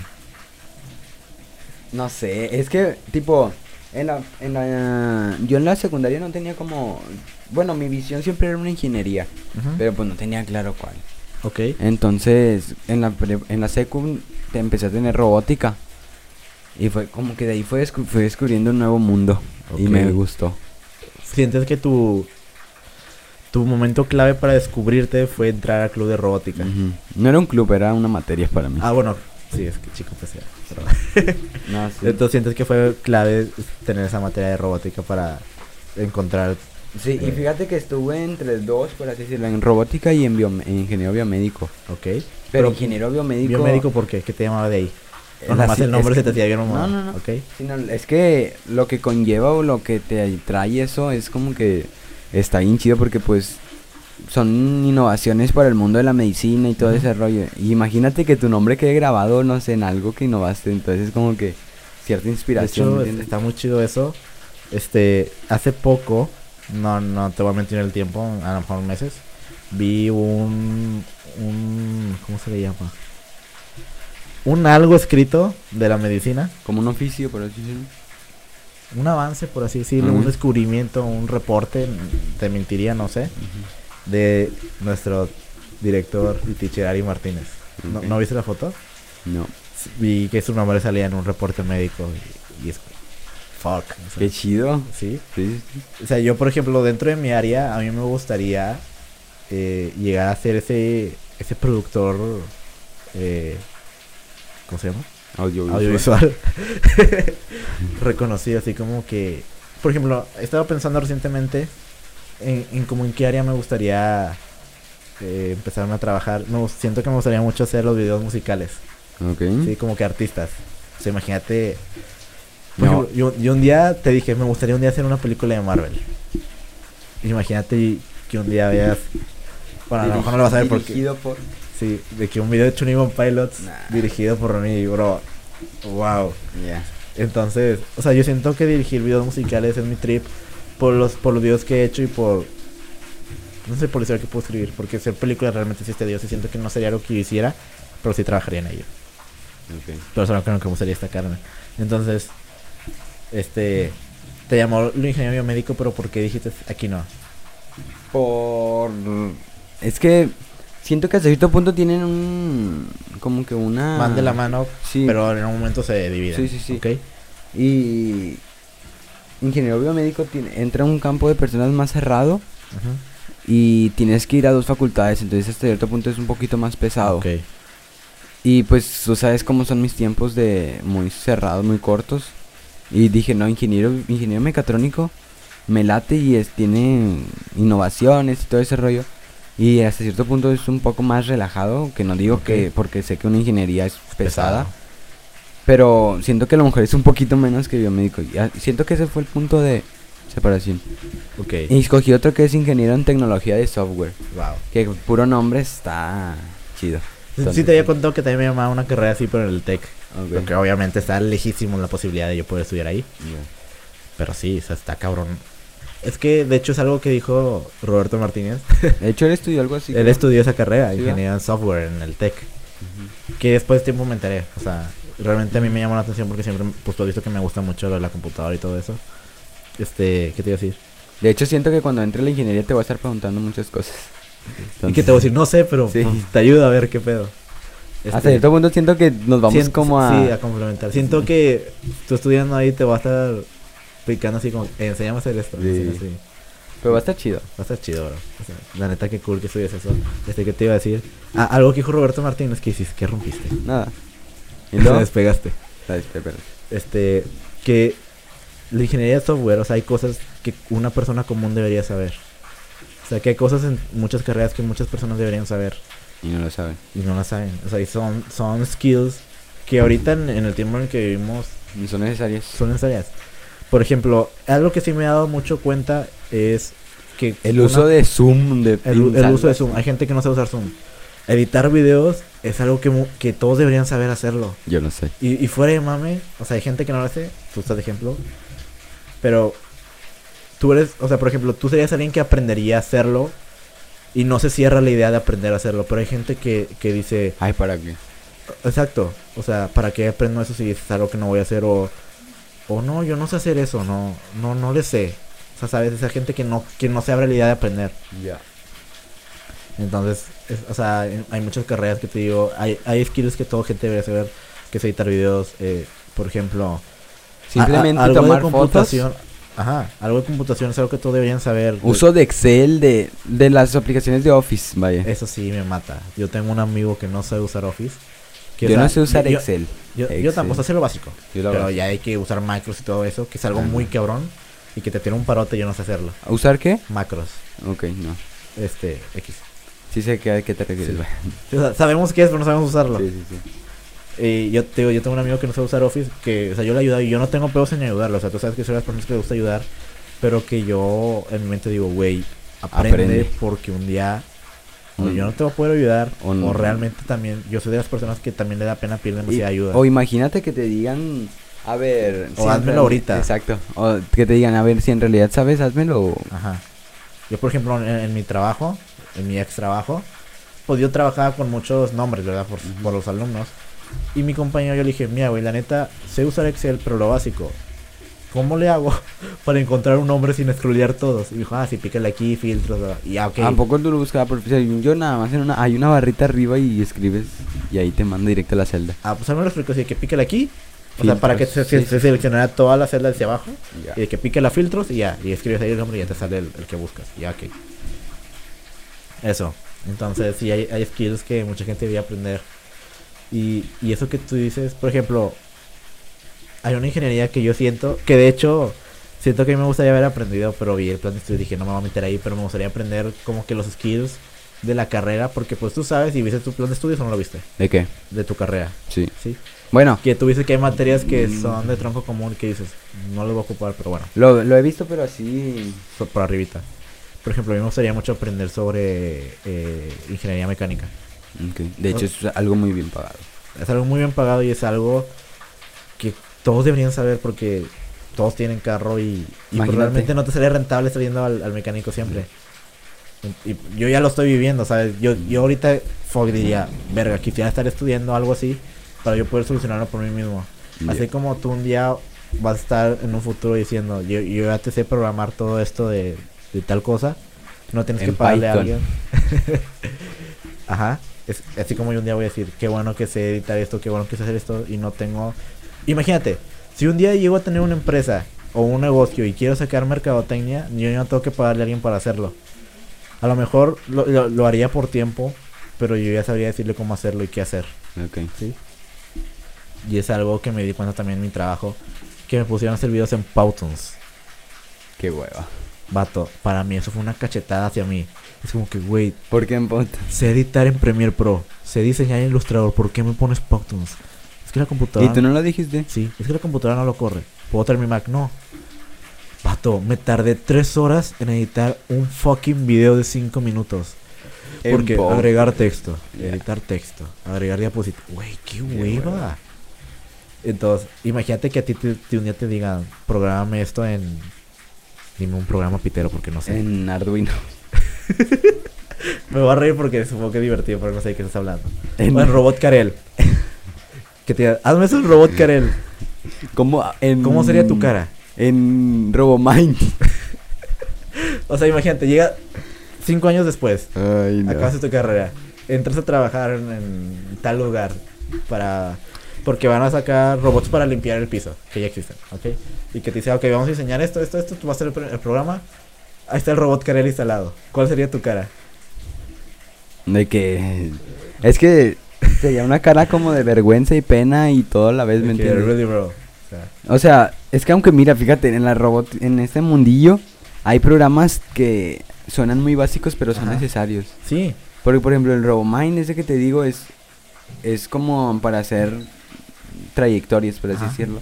No sé, es que, tipo, yo en la secundaria no tenía como... Bueno, mi visión siempre era una ingeniería, pero pues no tenía claro cuál. Ok. Entonces, en la secu te empecé a tener robótica. Y fue como que de ahí fui descubriendo un nuevo mundo. Y me gustó. ¿Sientes que tu momento clave para descubrirte fue entrar al club de robótica? No era un club, era una materia para mí. Ah, bueno, sí, es que chico pues pero... No, sí. Entonces sientes que fue clave tener esa materia de robótica para encontrar... Sí, y fíjate que estuve entre dos, por así decirlo, en robótica y en ingeniero biomédico. Ok. Pero ingeniero biomédico... ¿Biomédico por qué? ¿Qué te llamaba de ahí? O nomás el nombre se te hacía bien mamado. No. Okay. Sino, es que lo que conlleva o lo que te trae eso es como que está bien chido porque pues son innovaciones para el mundo de la medicina y todo ese rollo. Y imagínate que tu nombre quede grabado, no sé, en algo que innovaste. Entonces es como que cierta inspiración. De hecho, está muy chido eso. Hace poco, no te voy a mentir el tiempo, a lo mejor meses, vi un ¿cómo se le llama? Un algo escrito de la medicina. Como un oficio, por así decirlo. Un avance, por así decirlo, un descubrimiento, un reporte, te mentiría, no sé, de nuestro director y teacher Ari Martínez. Okay. ¿No viste la foto? No. Vi que su nombre salía en un reporte médico y es... Fuck. O sea, qué chido. ¿Sí? O sea, yo, por ejemplo, dentro de mi área, a mí me gustaría llegar a ser ese productor... ¿cómo se llama? Audiovisual. Reconocido, así como que... Por ejemplo, he estado pensando recientemente en como en qué área me gustaría empezarme a trabajar. Siento que me gustaría mucho hacer los videos musicales. Ok. Sí, como que artistas. O sea, imagínate... Por ejemplo, yo un día te dije, me gustaría un día hacer una película de Marvel. Imagínate que un día veas... Bueno, a lo mejor no lo vas a ver porque... Dirigido por... Sí, de que un video de 21 Pilots dirigido por mí, bro. Wow. Yeah. Entonces, o sea, yo siento que dirigir videos musicales es mi trip por los videos que he hecho y por... No sé, por la historia que puedo escribir. Porque hacer películas realmente sí es tedioso y siento que no sería lo que yo hiciera, pero sí trabajaría en ello. Okay. Pero eso no creo que me gustaría destacarme. Entonces, te llamó lo ingeniero biomédico, pero ¿por qué dijiste aquí no? Es que siento que hasta cierto punto tienen como que una... Van de la mano, sí, pero en un momento se dividen. Sí. ¿Okay? Y ingeniero biomédico entra en un campo de personas más cerrado. Y tienes que ir a dos facultades, entonces hasta cierto punto es un poquito más pesado. Okay. Y pues tú sabes cómo son mis tiempos de muy cerrados, muy cortos. Y dije, no, ingeniero mecatrónico me late y tiene innovaciones y todo ese rollo. Y hasta cierto punto es un poco más relajado, que no digo que porque sé que una ingeniería es pesada. Pero siento que a lo mejor es un poquito menos que biomédico. Siento que ese fue el punto de separación. Okay. Y escogí otro que es ingeniero en tecnología de software. Wow. Que puro nombre está chido. Entonces, sí te había contado que también me llamaba una carrera así, pero en el TEC. Okay. Porque obviamente está lejísimo la posibilidad de yo poder estudiar ahí. Yeah. Pero sí, o sea, está cabrón. Es que de hecho es algo que dijo Roberto Martínez. De hecho él estudió algo así. Él estudió esa carrera, ¿sí, ingeniería en software en el TEC. Que después de tiempo me enteré. O sea, realmente a mí me llamó la atención porque siempre, pues tú has visto que me gusta mucho lo de la computadora y todo eso. ¿Qué te iba a decir? De hecho siento que cuando entre a la ingeniería te voy a estar preguntando muchas cosas. Entonces, ¿y qué te voy a decir? No sé, pero sí, pues, te ayuda a ver qué pedo. Hasta cierto punto siento que nos vamos como a... Sí, a complementar. Siento que tú estudiando ahí te va a estar picando así como... enséñame a hacer esto. Sí. Así. Pero va a estar chido. Va a estar chido, bro. O sea, la neta, qué cool que estudias eso. ¿Qué te iba a decir? Ah, algo que dijo Roberto Martínez, ¿qué hiciste? ¿Qué rompiste? Nada. ¿Y luego? Te despegaste. Que la ingeniería de software, o sea, hay cosas que una persona común debería saber. O sea, que hay cosas en muchas carreras que muchas personas deberían saber. Y no lo saben. Y no las saben. O sea, y son skills que ahorita en el tiempo en el que vivimos Y son necesarias. son necesarias. Por ejemplo, algo que sí me he dado mucho cuenta es que... El uso de Zoom. El uso de Zoom. Hay gente que no sabe usar Zoom. Editar videos es algo que todos deberían saber hacerlo. Yo no sé. Y fuera de mame, o sea, hay gente que no lo hace. Tú estás de ejemplo. Pero tú eres... O sea, por ejemplo, tú serías alguien que aprendería a hacerlo. Y no se cierra la idea de aprender a hacerlo. Pero hay gente que dice... Ay, ¿para qué? Exacto. O sea, ¿para qué aprendo eso si es algo que no voy a hacer? O no, yo no sé hacer eso. No le sé. O sea, ¿sabes? Esa gente que no se abre la idea de aprender. Ya. Entonces, o sea, hay muchas carreras que te digo... Hay skills que toda gente debería saber. Que es editar videos. Por ejemplo... Simplemente algo tomar de computación. Ajá, algo de computación es algo que todos deberían saber. Uso de Excel, de las aplicaciones de Office, vaya. Eso sí me mata. Yo tengo un amigo que no sabe usar Office. Yo no sé usar Excel. Yo tampoco, sé hacer lo básico. Pero ya hay que usar macros y todo eso, que es algo muy cabrón. Y que te tiene un parote, yo no sé hacerlo. ¿Usar qué? Macros. Ok, no. X. Sí sé a qué te refieres, vaya. O sea, sabemos qué es, pero no sabemos usarlo. Sí. Y yo tengo un amigo que no sabe usar Office, que, o sea, yo le ayudo y yo no tengo pedos en ayudarlo. O sea, tú sabes que soy de las personas que le gusta ayudar, pero que yo en mi mente digo, güey, aprende porque un día o yo no te voy a poder ayudar, o realmente también, yo soy de las personas que también le da pena pedir demasiada ayuda. O imagínate que te digan, a ver... O házmelo ahorita. Exacto. O que te digan, a ver, si en realidad sabes, házmelo. Ajá. Yo, por ejemplo, en mi trabajo, en mi ex trabajo, pues yo trabajaba con muchos nombres, ¿verdad? Por los alumnos. Y mi compañero, yo le dije, mira, güey, la neta, sé usar Excel, pero lo básico. ¿Cómo le hago para encontrar un nombre sin scrollear todos? Y dijo, sí, pícale aquí, filtros, y ya, ok. ¿A poco tú lo buscabas? Porque yo nada más hay una barrita arriba y escribes y ahí te manda directo a la celda. Pues a mí me lo explicó, así que pícale aquí. O sea, para que se seleccionara toda la celda hacia abajo. Ya. Y de que pique la filtros y ya. Y escribes ahí el nombre y ya te sale el que buscas. Ya, ok. Eso. Entonces, sí, hay skills que mucha gente debería aprender. Y eso que tú dices, por ejemplo, hay una ingeniería que yo siento, que de hecho, siento que a mí me gustaría haber aprendido, pero vi el plan de estudio y dije, no me voy a meter ahí, pero me gustaría aprender como que los skills de la carrera, porque pues tú sabes, y viste tu plan de estudios o no lo viste. ¿De qué? De tu carrera. Sí. Sí. Bueno. Que tú dices que hay materias que son de tronco común que dices, no los voy a ocupar, pero bueno. Lo he visto, pero así... Por arribita. Por ejemplo, a mí me gustaría mucho aprender sobre ingeniería mecánica. Okay. De hecho, es algo muy bien pagado. Es algo muy bien pagado y es algo que todos deberían saber porque todos tienen carro y pues realmente no te sale rentable saliendo al mecánico siempre. Y yo ya lo estoy viviendo, ¿sabes? Yo ahorita diría, verga, quisiera estar estudiando algo así para yo poder solucionarlo por mí mismo. Yeah. Así como tú un día vas a estar en un futuro diciendo, yo ya te sé programar todo esto de tal cosa, no tienes que pagarle a alguien. Ajá. Es así como yo un día voy a decir, qué bueno que sé editar esto, qué bueno que sé hacer esto y no tengo... Imagínate, si un día llego a tener una empresa o un negocio y quiero sacar mercadotecnia, yo no tengo que pagarle a alguien para hacerlo. A lo mejor lo haría por tiempo, pero yo ya sabría decirle cómo hacerlo y qué hacer. Okay. ¿Sí? Y es algo que me di cuenta también en mi trabajo, que me pusieron a hacer videos en Powtoons. Qué hueva. Vato, para mí eso fue una cachetada hacia mí. Es como que, güey, ¿por qué en Powtoons? Sé editar en Premiere Pro, sé diseñar en Illustrator, ¿por qué me pones Powtoons? Es que la computadora... ¿Y tú no lo dijiste? Sí, es que la computadora no lo corre. ¿Puedo traer mi Mac? No. Vato, me tardé 3 horas en editar un fucking video de 5 minutos. Porque agregar texto, editar texto, agregar diapositivas. Güey, qué hueva. Entonces, imagínate que a ti un día te digan, prográmame esto en... Dime un programa pitero porque no sé. En Arduino. Me voy a reír porque supongo que es divertido, pero no sé de qué estás hablando. En Robot Karel. Hazme eso en Robot Karel. ¿Cómo sería tu cara? En Robomind. O sea, imagínate, llega 5 años después. Ay, no. Acabas tu carrera. Entras a trabajar en tal lugar porque van a sacar robots para limpiar el piso, que ya existen, ¿ok? Y que te dice, ok, vamos a diseñar esto, tú vas a hacer el programa. Ahí está el robot Karel instalado. ¿Cuál sería tu cara? De que... Es que sería una cara como de vergüenza y pena y todo a la vez, ¿me entiendes? Really, bro. O sea, es que aunque mira, fíjate, en este mundillo hay programas que suenan muy básicos, pero son Ajá. necesarios. Sí. Porque, por ejemplo, el RoboMine, ese que te digo, es como para hacer trayectorias, por así Ajá. decirlo.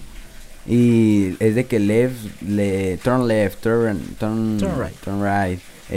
Y es de que turn left, Turn right. turn right.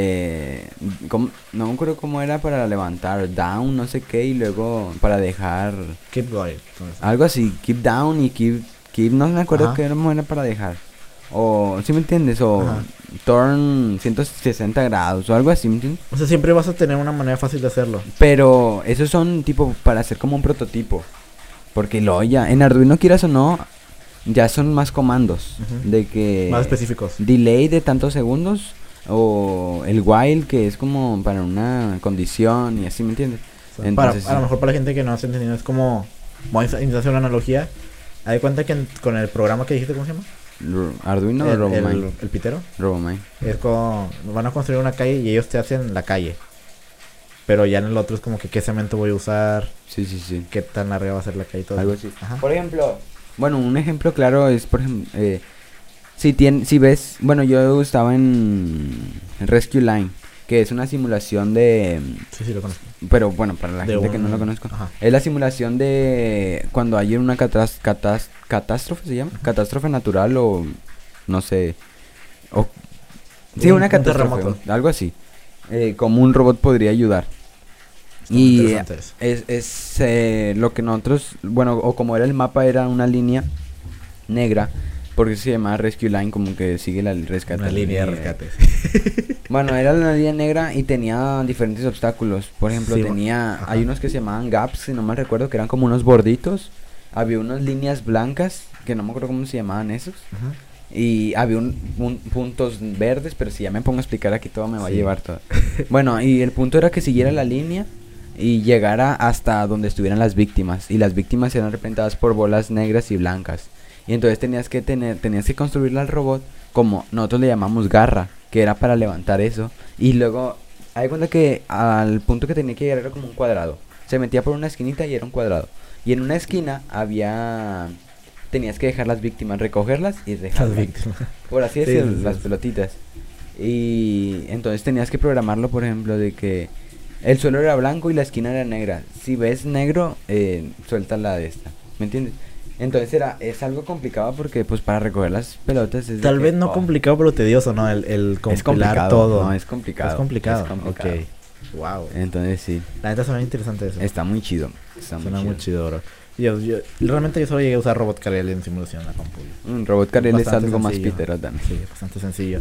No me acuerdo cómo era para levantar, down, no sé qué, y luego para dejar Keep going. Entonces, algo así, keep down y keep, no me acuerdo Ajá. qué era para dejar. O, ¿sí me entiendes? O Ajá. turn 160 grados o algo así, ¿me entiendes? o sea, siempre vas a tener una manera fácil de hacerlo. Pero esos son tipo para hacer como un prototipo. Porque luego ya, en Arduino quieras o no, ya son más comandos. Ujú. De que... Más específicos. delay de tantos segundos. O el while, que es como para una condición y así, ¿me entiendes? O sea, Entonces, a lo mejor para la gente que no has entendido, es como. Vamos a intentar hacer una analogía. Haz de cuenta que con el programa que dijiste, ¿cómo se llama? Arduino o RoboMine. el pitero. RoboMine. Es como. Van a construir una calle y ellos te hacen la calle. Pero ya en el otro es como que qué cemento voy a usar, Sí, sí, sí. qué tan larga va a ser la calle y todo. Algo así. Ajá. Por ejemplo, bueno, un ejemplo claro es, por ejemplo, si ves, bueno, yo estaba en Rescue Line, que es una simulación de, Sí, lo conozco. pero bueno, para la De gente que no un- lo conozco, Ajá. es la simulación de cuando hay una catástrofe, ¿se llama? Catástrofe natural o, no sé, o, sí, Un una catástrofe, terremoto. algo así, como un robot podría ayudar. Está muy Y interesante eso. es lo que nosotros, bueno, o como era el mapa, era una línea negra, porque se llama Rescue Line, como que sigue el rescate. Una línea de rescate. Bueno, era una línea negra y tenía diferentes obstáculos. Por ejemplo, Sí, tenía, ajá. hay unos que se llamaban gaps, si no me recuerdo, que eran como unos borditos. Había unas líneas blancas, que no me acuerdo cómo se llamaban esos. Ajá. Y había puntos verdes, pero si ya me pongo a explicar aquí todo me va a Sí. llevar todo. Bueno, y el punto era que siguiera la línea y llegara hasta donde estuvieran las víctimas. Y las víctimas eran representadas por bolas negras y blancas. Y entonces tenías que construirle al robot como nosotros le llamamos garra, que era para levantar eso. Y luego, hay cuenta que al punto que tenía que llegar era como un cuadrado. Se metía por una esquinita y era un cuadrado. Y en una esquina tenías que dejar las víctimas, recogerlas y dejarlas. Las víctimas. Por así Sí, decirlo, sí, sí, las sí. pelotitas. Y entonces tenías que programarlo, por ejemplo, de que el suelo era blanco y la esquina era negra. Si ves negro, suelta la de esta. ¿Me entiendes? Entonces es algo complicado porque pues para recoger las pelotas es de Tal que, vez no oh, complicado, pero tedioso, ¿no? El compilar es complicado, todo. no, es complicado. Es complicado. Es complicado. Ok. Wow. Entonces sí, La neta suena interesante eso. está muy chido. Suena muy chido, bro. Realmente yo solo llegué a usar Robot Carriel en simulación en la compu. Un robot carril es Bastante algo más sencillo. pitero también. Sí, bastante sencillo.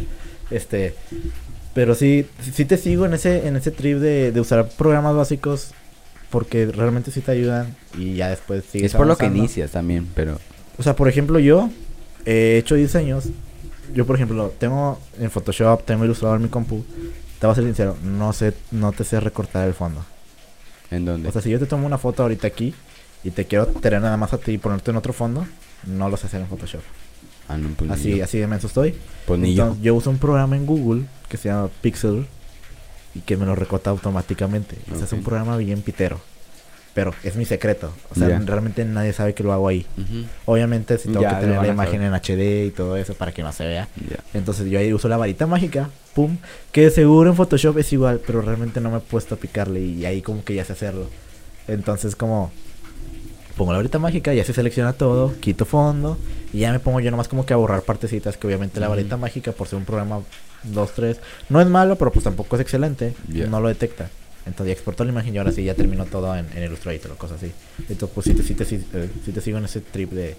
Pero sí te sigo en ese trip de usar programas básicos porque realmente sí te ayudan y ya después sigues Es por lo que avanzando. inicias también, pero... O sea, por ejemplo, yo he hecho diseños. Yo, por ejemplo, tengo en Photoshop, tengo Illustrator en mi compu. Te voy a ser sincero, no te sé recortar el fondo. ¿En dónde? O sea, si yo te tomo una foto ahorita aquí y te quiero tener nada más a ti y ponerte en otro fondo, no lo sé hacer en Photoshop. Ah, no, pues ni yo. Así de menso estoy. Pues ni yo. Entonces, yo uso un programa en Google que se llama Pixel y que me lo recorta automáticamente. O sea, es un Ok. programa bien pitero. Pero es mi secreto. O sea, Ya. realmente nadie sabe que lo hago ahí. Ujú. Obviamente, si tengo Ya, que lo tener van la a imagen saber. en HD y todo eso para que no se vea. Ya. Entonces, yo ahí uso la varita mágica, pum, que seguro en Photoshop es igual, pero realmente no me he puesto a picarle y ahí como que ya sé hacerlo. Entonces, como pongo la varita mágica, ya se selecciona todo, quito fondo y ya me pongo yo nomás como que a borrar partecitas que obviamente la Ujú. varita mágica por ser un programa 2-3 no es malo, pero pues tampoco es excelente, Ya. no lo detecta. Entonces ya exporto la imagen y ahora sí ya termino todo en Illustrator o cosas así. Entonces pues sí te sigo en ese trip de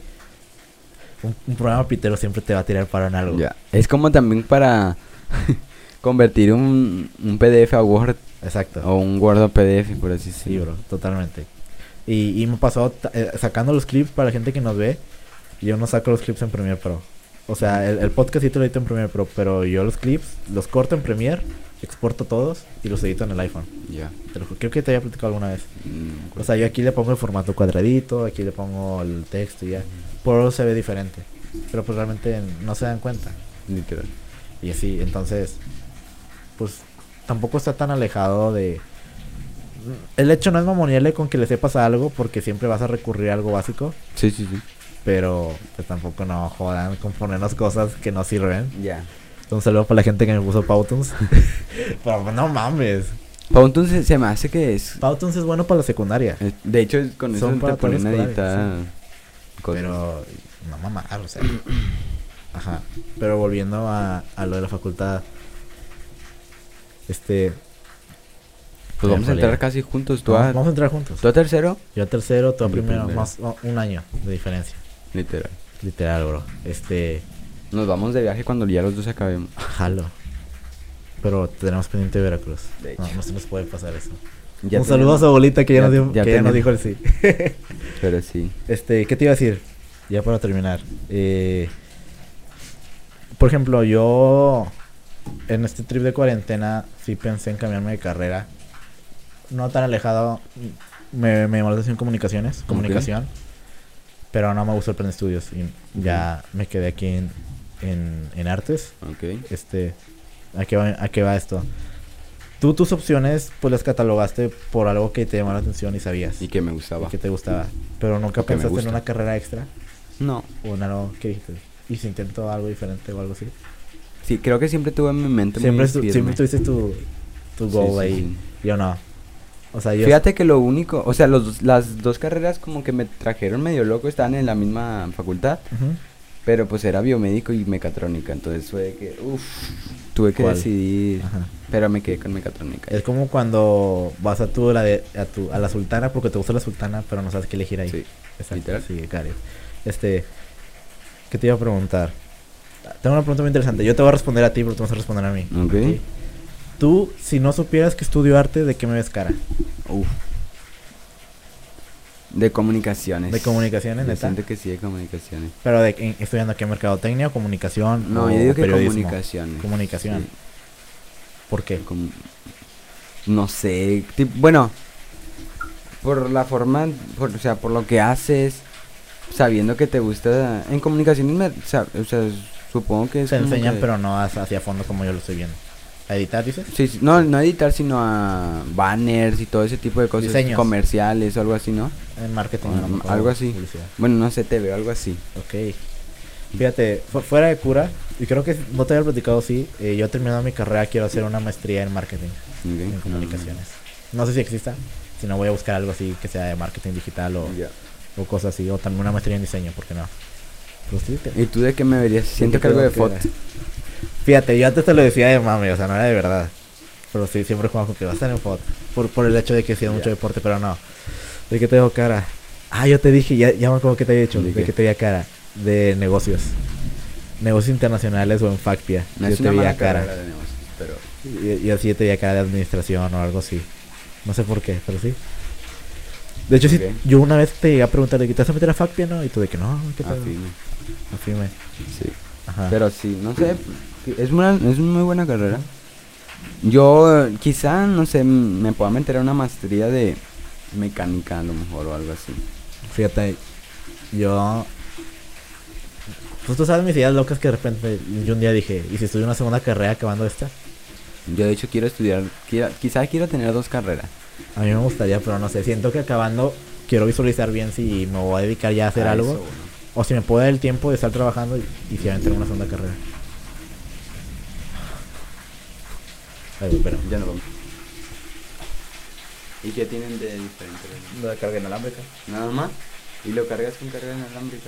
un programa pitero siempre te va a tirar para en algo. Ya. Es como también para convertir un PDF a Word Exacto. o un Word a PDF, por así Sí, decirlo. bro, totalmente. Y me pasó sacando los clips para la gente que nos ve. Yo no saco los clips en Premiere Pro. O sea, el podcast sí te lo edito en Premiere Pro, pero yo los clips los corto en Premiere, exporto todos y los edito en el iPhone. Ya. Creo que te había platicado alguna vez. O sea, yo aquí le pongo el formato cuadradito, aquí le pongo el texto y ya. Por eso se ve diferente. Pero pues realmente no se dan cuenta. Literal. Y así, entonces, pues tampoco está tan alejado de... El hecho no es mamonearle con que le sepas algo, porque siempre vas a recurrir a algo básico, Sí, sí, sí. pero pues tampoco no jodan con ponernos cosas que no sirven. Ya. Un saludo para la gente que me puso Powtoons. Pero no mames. Powtoons se me hace que es... Powtoons es bueno para la secundaria. De hecho, con eso Son te para todos ponen a los editar escolares, cosas. Pero no mamar, o sea. Ajá. Pero volviendo a lo de la facultad. Pues vamos a realidad. entrar casi juntos. Vamos a entrar juntos. ¿Tú a tercero? Yo a tercero, tú a Yo primero. primero. Más un año de diferencia. Literal. Literal, bro. Nos vamos de viaje cuando ya los dos acabemos. Jalo. Pero tenemos pendiente de Veracruz. De No, hecho. no se nos puede pasar eso. Ya Un saludo a tenemos- su abuelita que ya, ya- nos, dio, ya que ya nos dijo tenemos. el sí. Pero sí. ¿Qué te iba a decir? Ya para terminar. Por ejemplo, yo en este trip de cuarentena sí pensé en cambiarme de carrera. No tan alejado. Me llamó la atención comunicación. Pero no me gustó el plan de estudios. Y ya me quedé aquí en artes. Ok. ¿A qué va esto? Tú tus opciones pues las catalogaste por algo que te llamó la atención y sabías. Y que me Y gustaba. que te gustaba. Pero nunca O que me pensaste en gusta. una carrera extra. No. O en algo que dijiste. Y si intento algo diferente o algo así. Sí, creo que siempre tuve en mi mente Siempre, muy firme. siempre tuviste tu Sí, goal sí, ahí. sí. Yo no. O sea, yo... Fíjate que lo único, o sea, las dos carreras como que me trajeron medio loco, estaban en la misma facultad, Ujú. pero pues era biomédico y mecatrónica, entonces fue de que, tuve que ¿Cuál? decidir, Ajá. pero me quedé con mecatrónica. Es como cuando vas a la sultana porque te gusta la sultana, pero no sabes qué elegir ahí. Sí, Exacto. literal. Sí, Cario. ¿Qué te iba a preguntar? Tengo una pregunta muy interesante. Yo te voy a responder a ti, pero tú vas a responder a mí. Ok. Tú, si no supieras que estudio arte, ¿de qué me ves cara? Uf. De comunicaciones. ¿De comunicaciones, Yo neta? siento que sí, de comunicaciones. Pero estudiando qué, mercadotecnia o comunicación. No, o yo digo que periodismo? comunicaciones. Comunicación. Sí. ¿Por qué? No sé, bueno, por la forma, o sea, por lo que haces, sabiendo que te gusta, en comunicaciones, o sea, supongo que es Se como enseñan, que- pero no hacia fondo como yo lo estoy viendo. ¿A editar, dices? Sí, sí, no editar, sino a banners y todo ese tipo de cosas, Diseños. comerciales o algo así, ¿no? En marketing. Ah, a lo mejor, algo así. publicidad. Bueno, no sé, te veo algo así. Ok. Fíjate, fuera de cura, y creo que no te había platicado, sí, yo terminando mi carrera quiero hacer una maestría en marketing, Ok, en no, comunicaciones. No sé si exista, si no voy a buscar algo así que sea de marketing digital o, Ya. o cosas así, o también una maestría en diseño, ¿por qué no? Pues sí, ¿Y tú de qué me verías? Siento que algo de foto. Fíjate, yo antes te lo decía de mame, o sea, no era de verdad. Pero sí, siempre jugaba con que va a estar en foto. Por el hecho de que hacía mucho Ya. deporte, pero no. ¿De qué te dejo cara? Ah, yo te dije, ya me acuerdo que te había dicho. ¿De ¿De qué? qué te veía cara? De negocios. Negocios internacionales o en Facpia. No yo es te una veía mala cara. carrera de negocios, pero... Y así yo te veía cara de administración o algo así. No sé por qué, pero sí. De hecho, sí, Ok. yo una vez te llegué a preguntar de que te vas a meter a Facpia, ¿no? Y tú de que no, ¿qué tal? Afirme. Afirme. Sí. Ajá. Pero sí, no sé, es una muy buena carrera. Yo quizá, no sé, me pueda meter a una maestría de mecánica a lo mejor o algo así. Fíjate, yo... Pues tú sabes mis ideas locas que de repente yo un día dije, ¿y si estudio una segunda carrera acabando esta? Yo de hecho quiero estudiar, quizá quiero tener dos carreras. A mí me gustaría, pero no sé, siento que acabando quiero visualizar bien si me voy a dedicar ya a hacer algo. Eso, bueno. O si me puedo dar el tiempo de estar trabajando y si aventar una segunda carrera. Ay, pero... Ya no vamos. ¿Y qué tienen de diferente? Lo de carga inalámbrica. Nada más. ¿Y lo cargas con carga inalámbrica?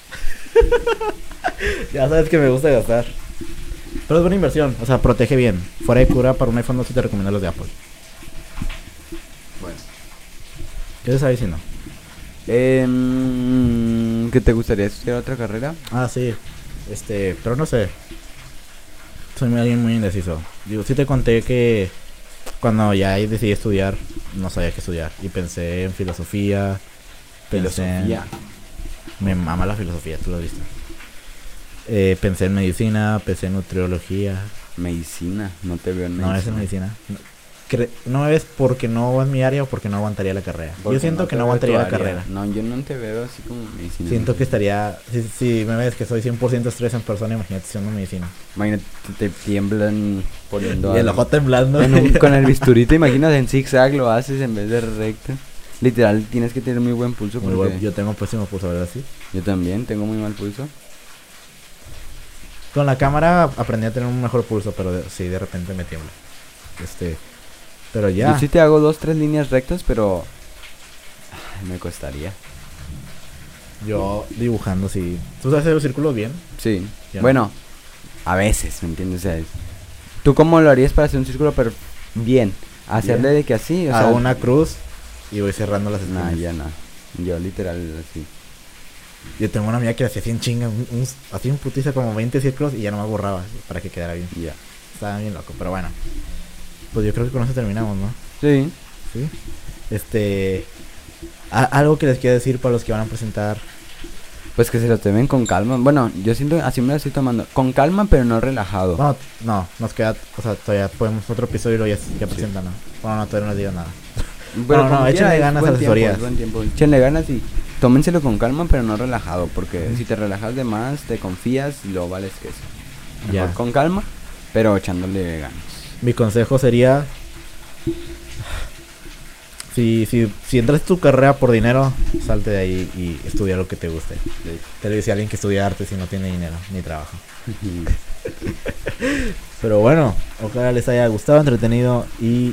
Ya sabes que me gusta gastar. Pero es buena inversión, o sea, protege bien. Fuera de cura, para un iPhone 12 te recomiendo los de Apple. Bueno. ¿Qué te estaba diciendo? ¿Qué te gustaría estudiar otra carrera? Ah, sí. Pero no sé. Soy alguien muy indeciso. Digo, sí te conté que cuando ya decidí estudiar, no sabía qué estudiar. Y pensé en filosofía. Me mama la filosofía, tú lo viste. Pensé en medicina, pensé en nutriología. Medicina, no te veo en No, es en medicina. No es porque no es mi área o porque no aguantaría la carrera. Porque Yo siento no que te no veo aguantaría tu la área. carrera. No, yo no te veo así como medicina. Siento que estaría... Si me ves que soy 100% estrés en persona, imagínate siendo medicina. Imagínate, te tiemblan poniendo Y el algo. ojo temblando. Con el bisturí, te imaginas en zigzag lo haces en vez de recto. Literal, tienes que tener muy buen pulso. Muy Porque bueno, yo tengo pésimo pulso, ¿verdad? Sí. yo también tengo muy mal pulso. Con la cámara aprendí a tener un mejor pulso, pero sí, de repente me tiembla. Pero ya. Yo sí te hago 2, 3 líneas rectas, pero me costaría. Yo dibujando, sí. ¿Tú sabes hacer los círculos bien? Sí. Yo no. Bueno, a veces, ¿me entiendes? O sea, ¿tú cómo lo harías para hacer un círculo pero bien? Hacerle de que así, o sea, hago una cruz y voy cerrando las esquinas. nah, ya no. Yo literal así. Yo tengo una amiga que hacía así en chinga, hacía un putiza como 20 círculos y ya no me borraba para que quedara bien. Ya. Estaba bien loco, pero bueno. Pues yo creo que con eso terminamos, ¿no? Sí. Sí. Algo que les quiero decir para los que van a presentar. Pues que se lo tomen con calma. Bueno, yo siento, así me lo estoy tomando. Con calma, pero no relajado. No, nos queda, o sea, todavía podemos otro episodio y ya presentan, ¿no? Bueno, no, todavía no les digo nada. Pero no, échenle ganas a las asesorías. Buen tiempo. Échenle ganas y tómenselo con calma, pero no relajado. Porque si te relajas de más, te confías y luego vales que eso. Mejor Ya. con calma, pero echándole ganas. Mi consejo sería... Si entras en tu carrera por dinero, salte de ahí y estudia lo que te guste. Te lo dice alguien que estudia arte si no tiene dinero ni trabajo. Pero bueno, ojalá les haya gustado, entretenido y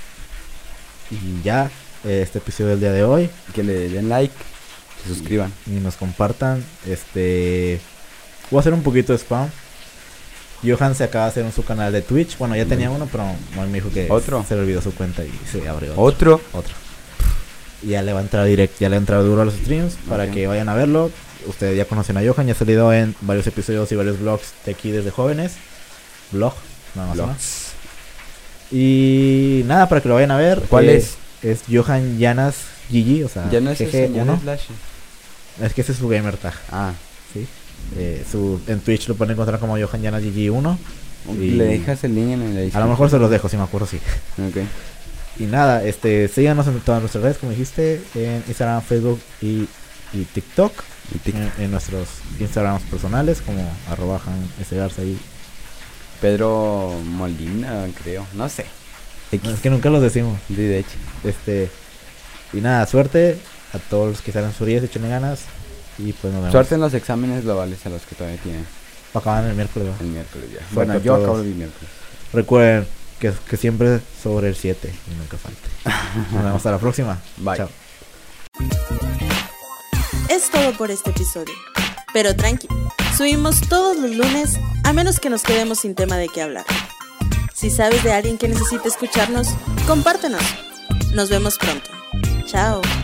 ya este episodio del día de hoy. Que le den like, se suscriban. Y nos compartan. Voy a hacer un poquito de spam. Johan se acaba de hacer su canal de Twitch. Bueno, ya tenía uno, pero me dijo que ¿Otro? se le olvidó su cuenta y se abrió Otro. Y ya le va a entrar directo, ya le ha entrado duro a los streams para Ok. que vayan a verlo. Ustedes ya conocen a Johan, ya ha salido en varios episodios y varios vlogs de aquí desde jóvenes. Vlog, nada más. ¿No? Vlogs. Y nada, para que lo vayan a ver. ¿Cuál es? Es Johan Llanas GG, o sea, Ya no es ese, ya no GG1. es Flash. Es que ese es su gamer tag, Ah, ¿sí? En Twitch lo pueden encontrar como Johan Llanas GG1. Y le dejas el link en la a descripción. lo mejor se los dejo, si me acuerdo, sí. Ok. Y nada, síganos en todas nuestras redes, como dijiste, en Instagram, Facebook y TikTok. En nuestros Instagrams personales, como @JanSGarza y... Pedro Molina, creo. No sé. Es que nunca los decimos. Sí, de hecho. Y nada, suerte a todos los que salen sus días, echenle ganas. Y pues nos vemos. Suerte en los exámenes globales a los que todavía tienen Acaban el miércoles. ¿No? el miércoles ya. Suerte Bueno, a yo todos. acabo el miércoles. Recuerden que siempre sobre el 7 y nunca falte. Nos vemos hasta la próxima. Bye. Chao. Es todo por este episodio. Pero tranqui, subimos todos los lunes a menos que nos quedemos sin tema de qué hablar. Si sabes de alguien que necesite escucharnos, compártenos. Nos vemos pronto. Chao.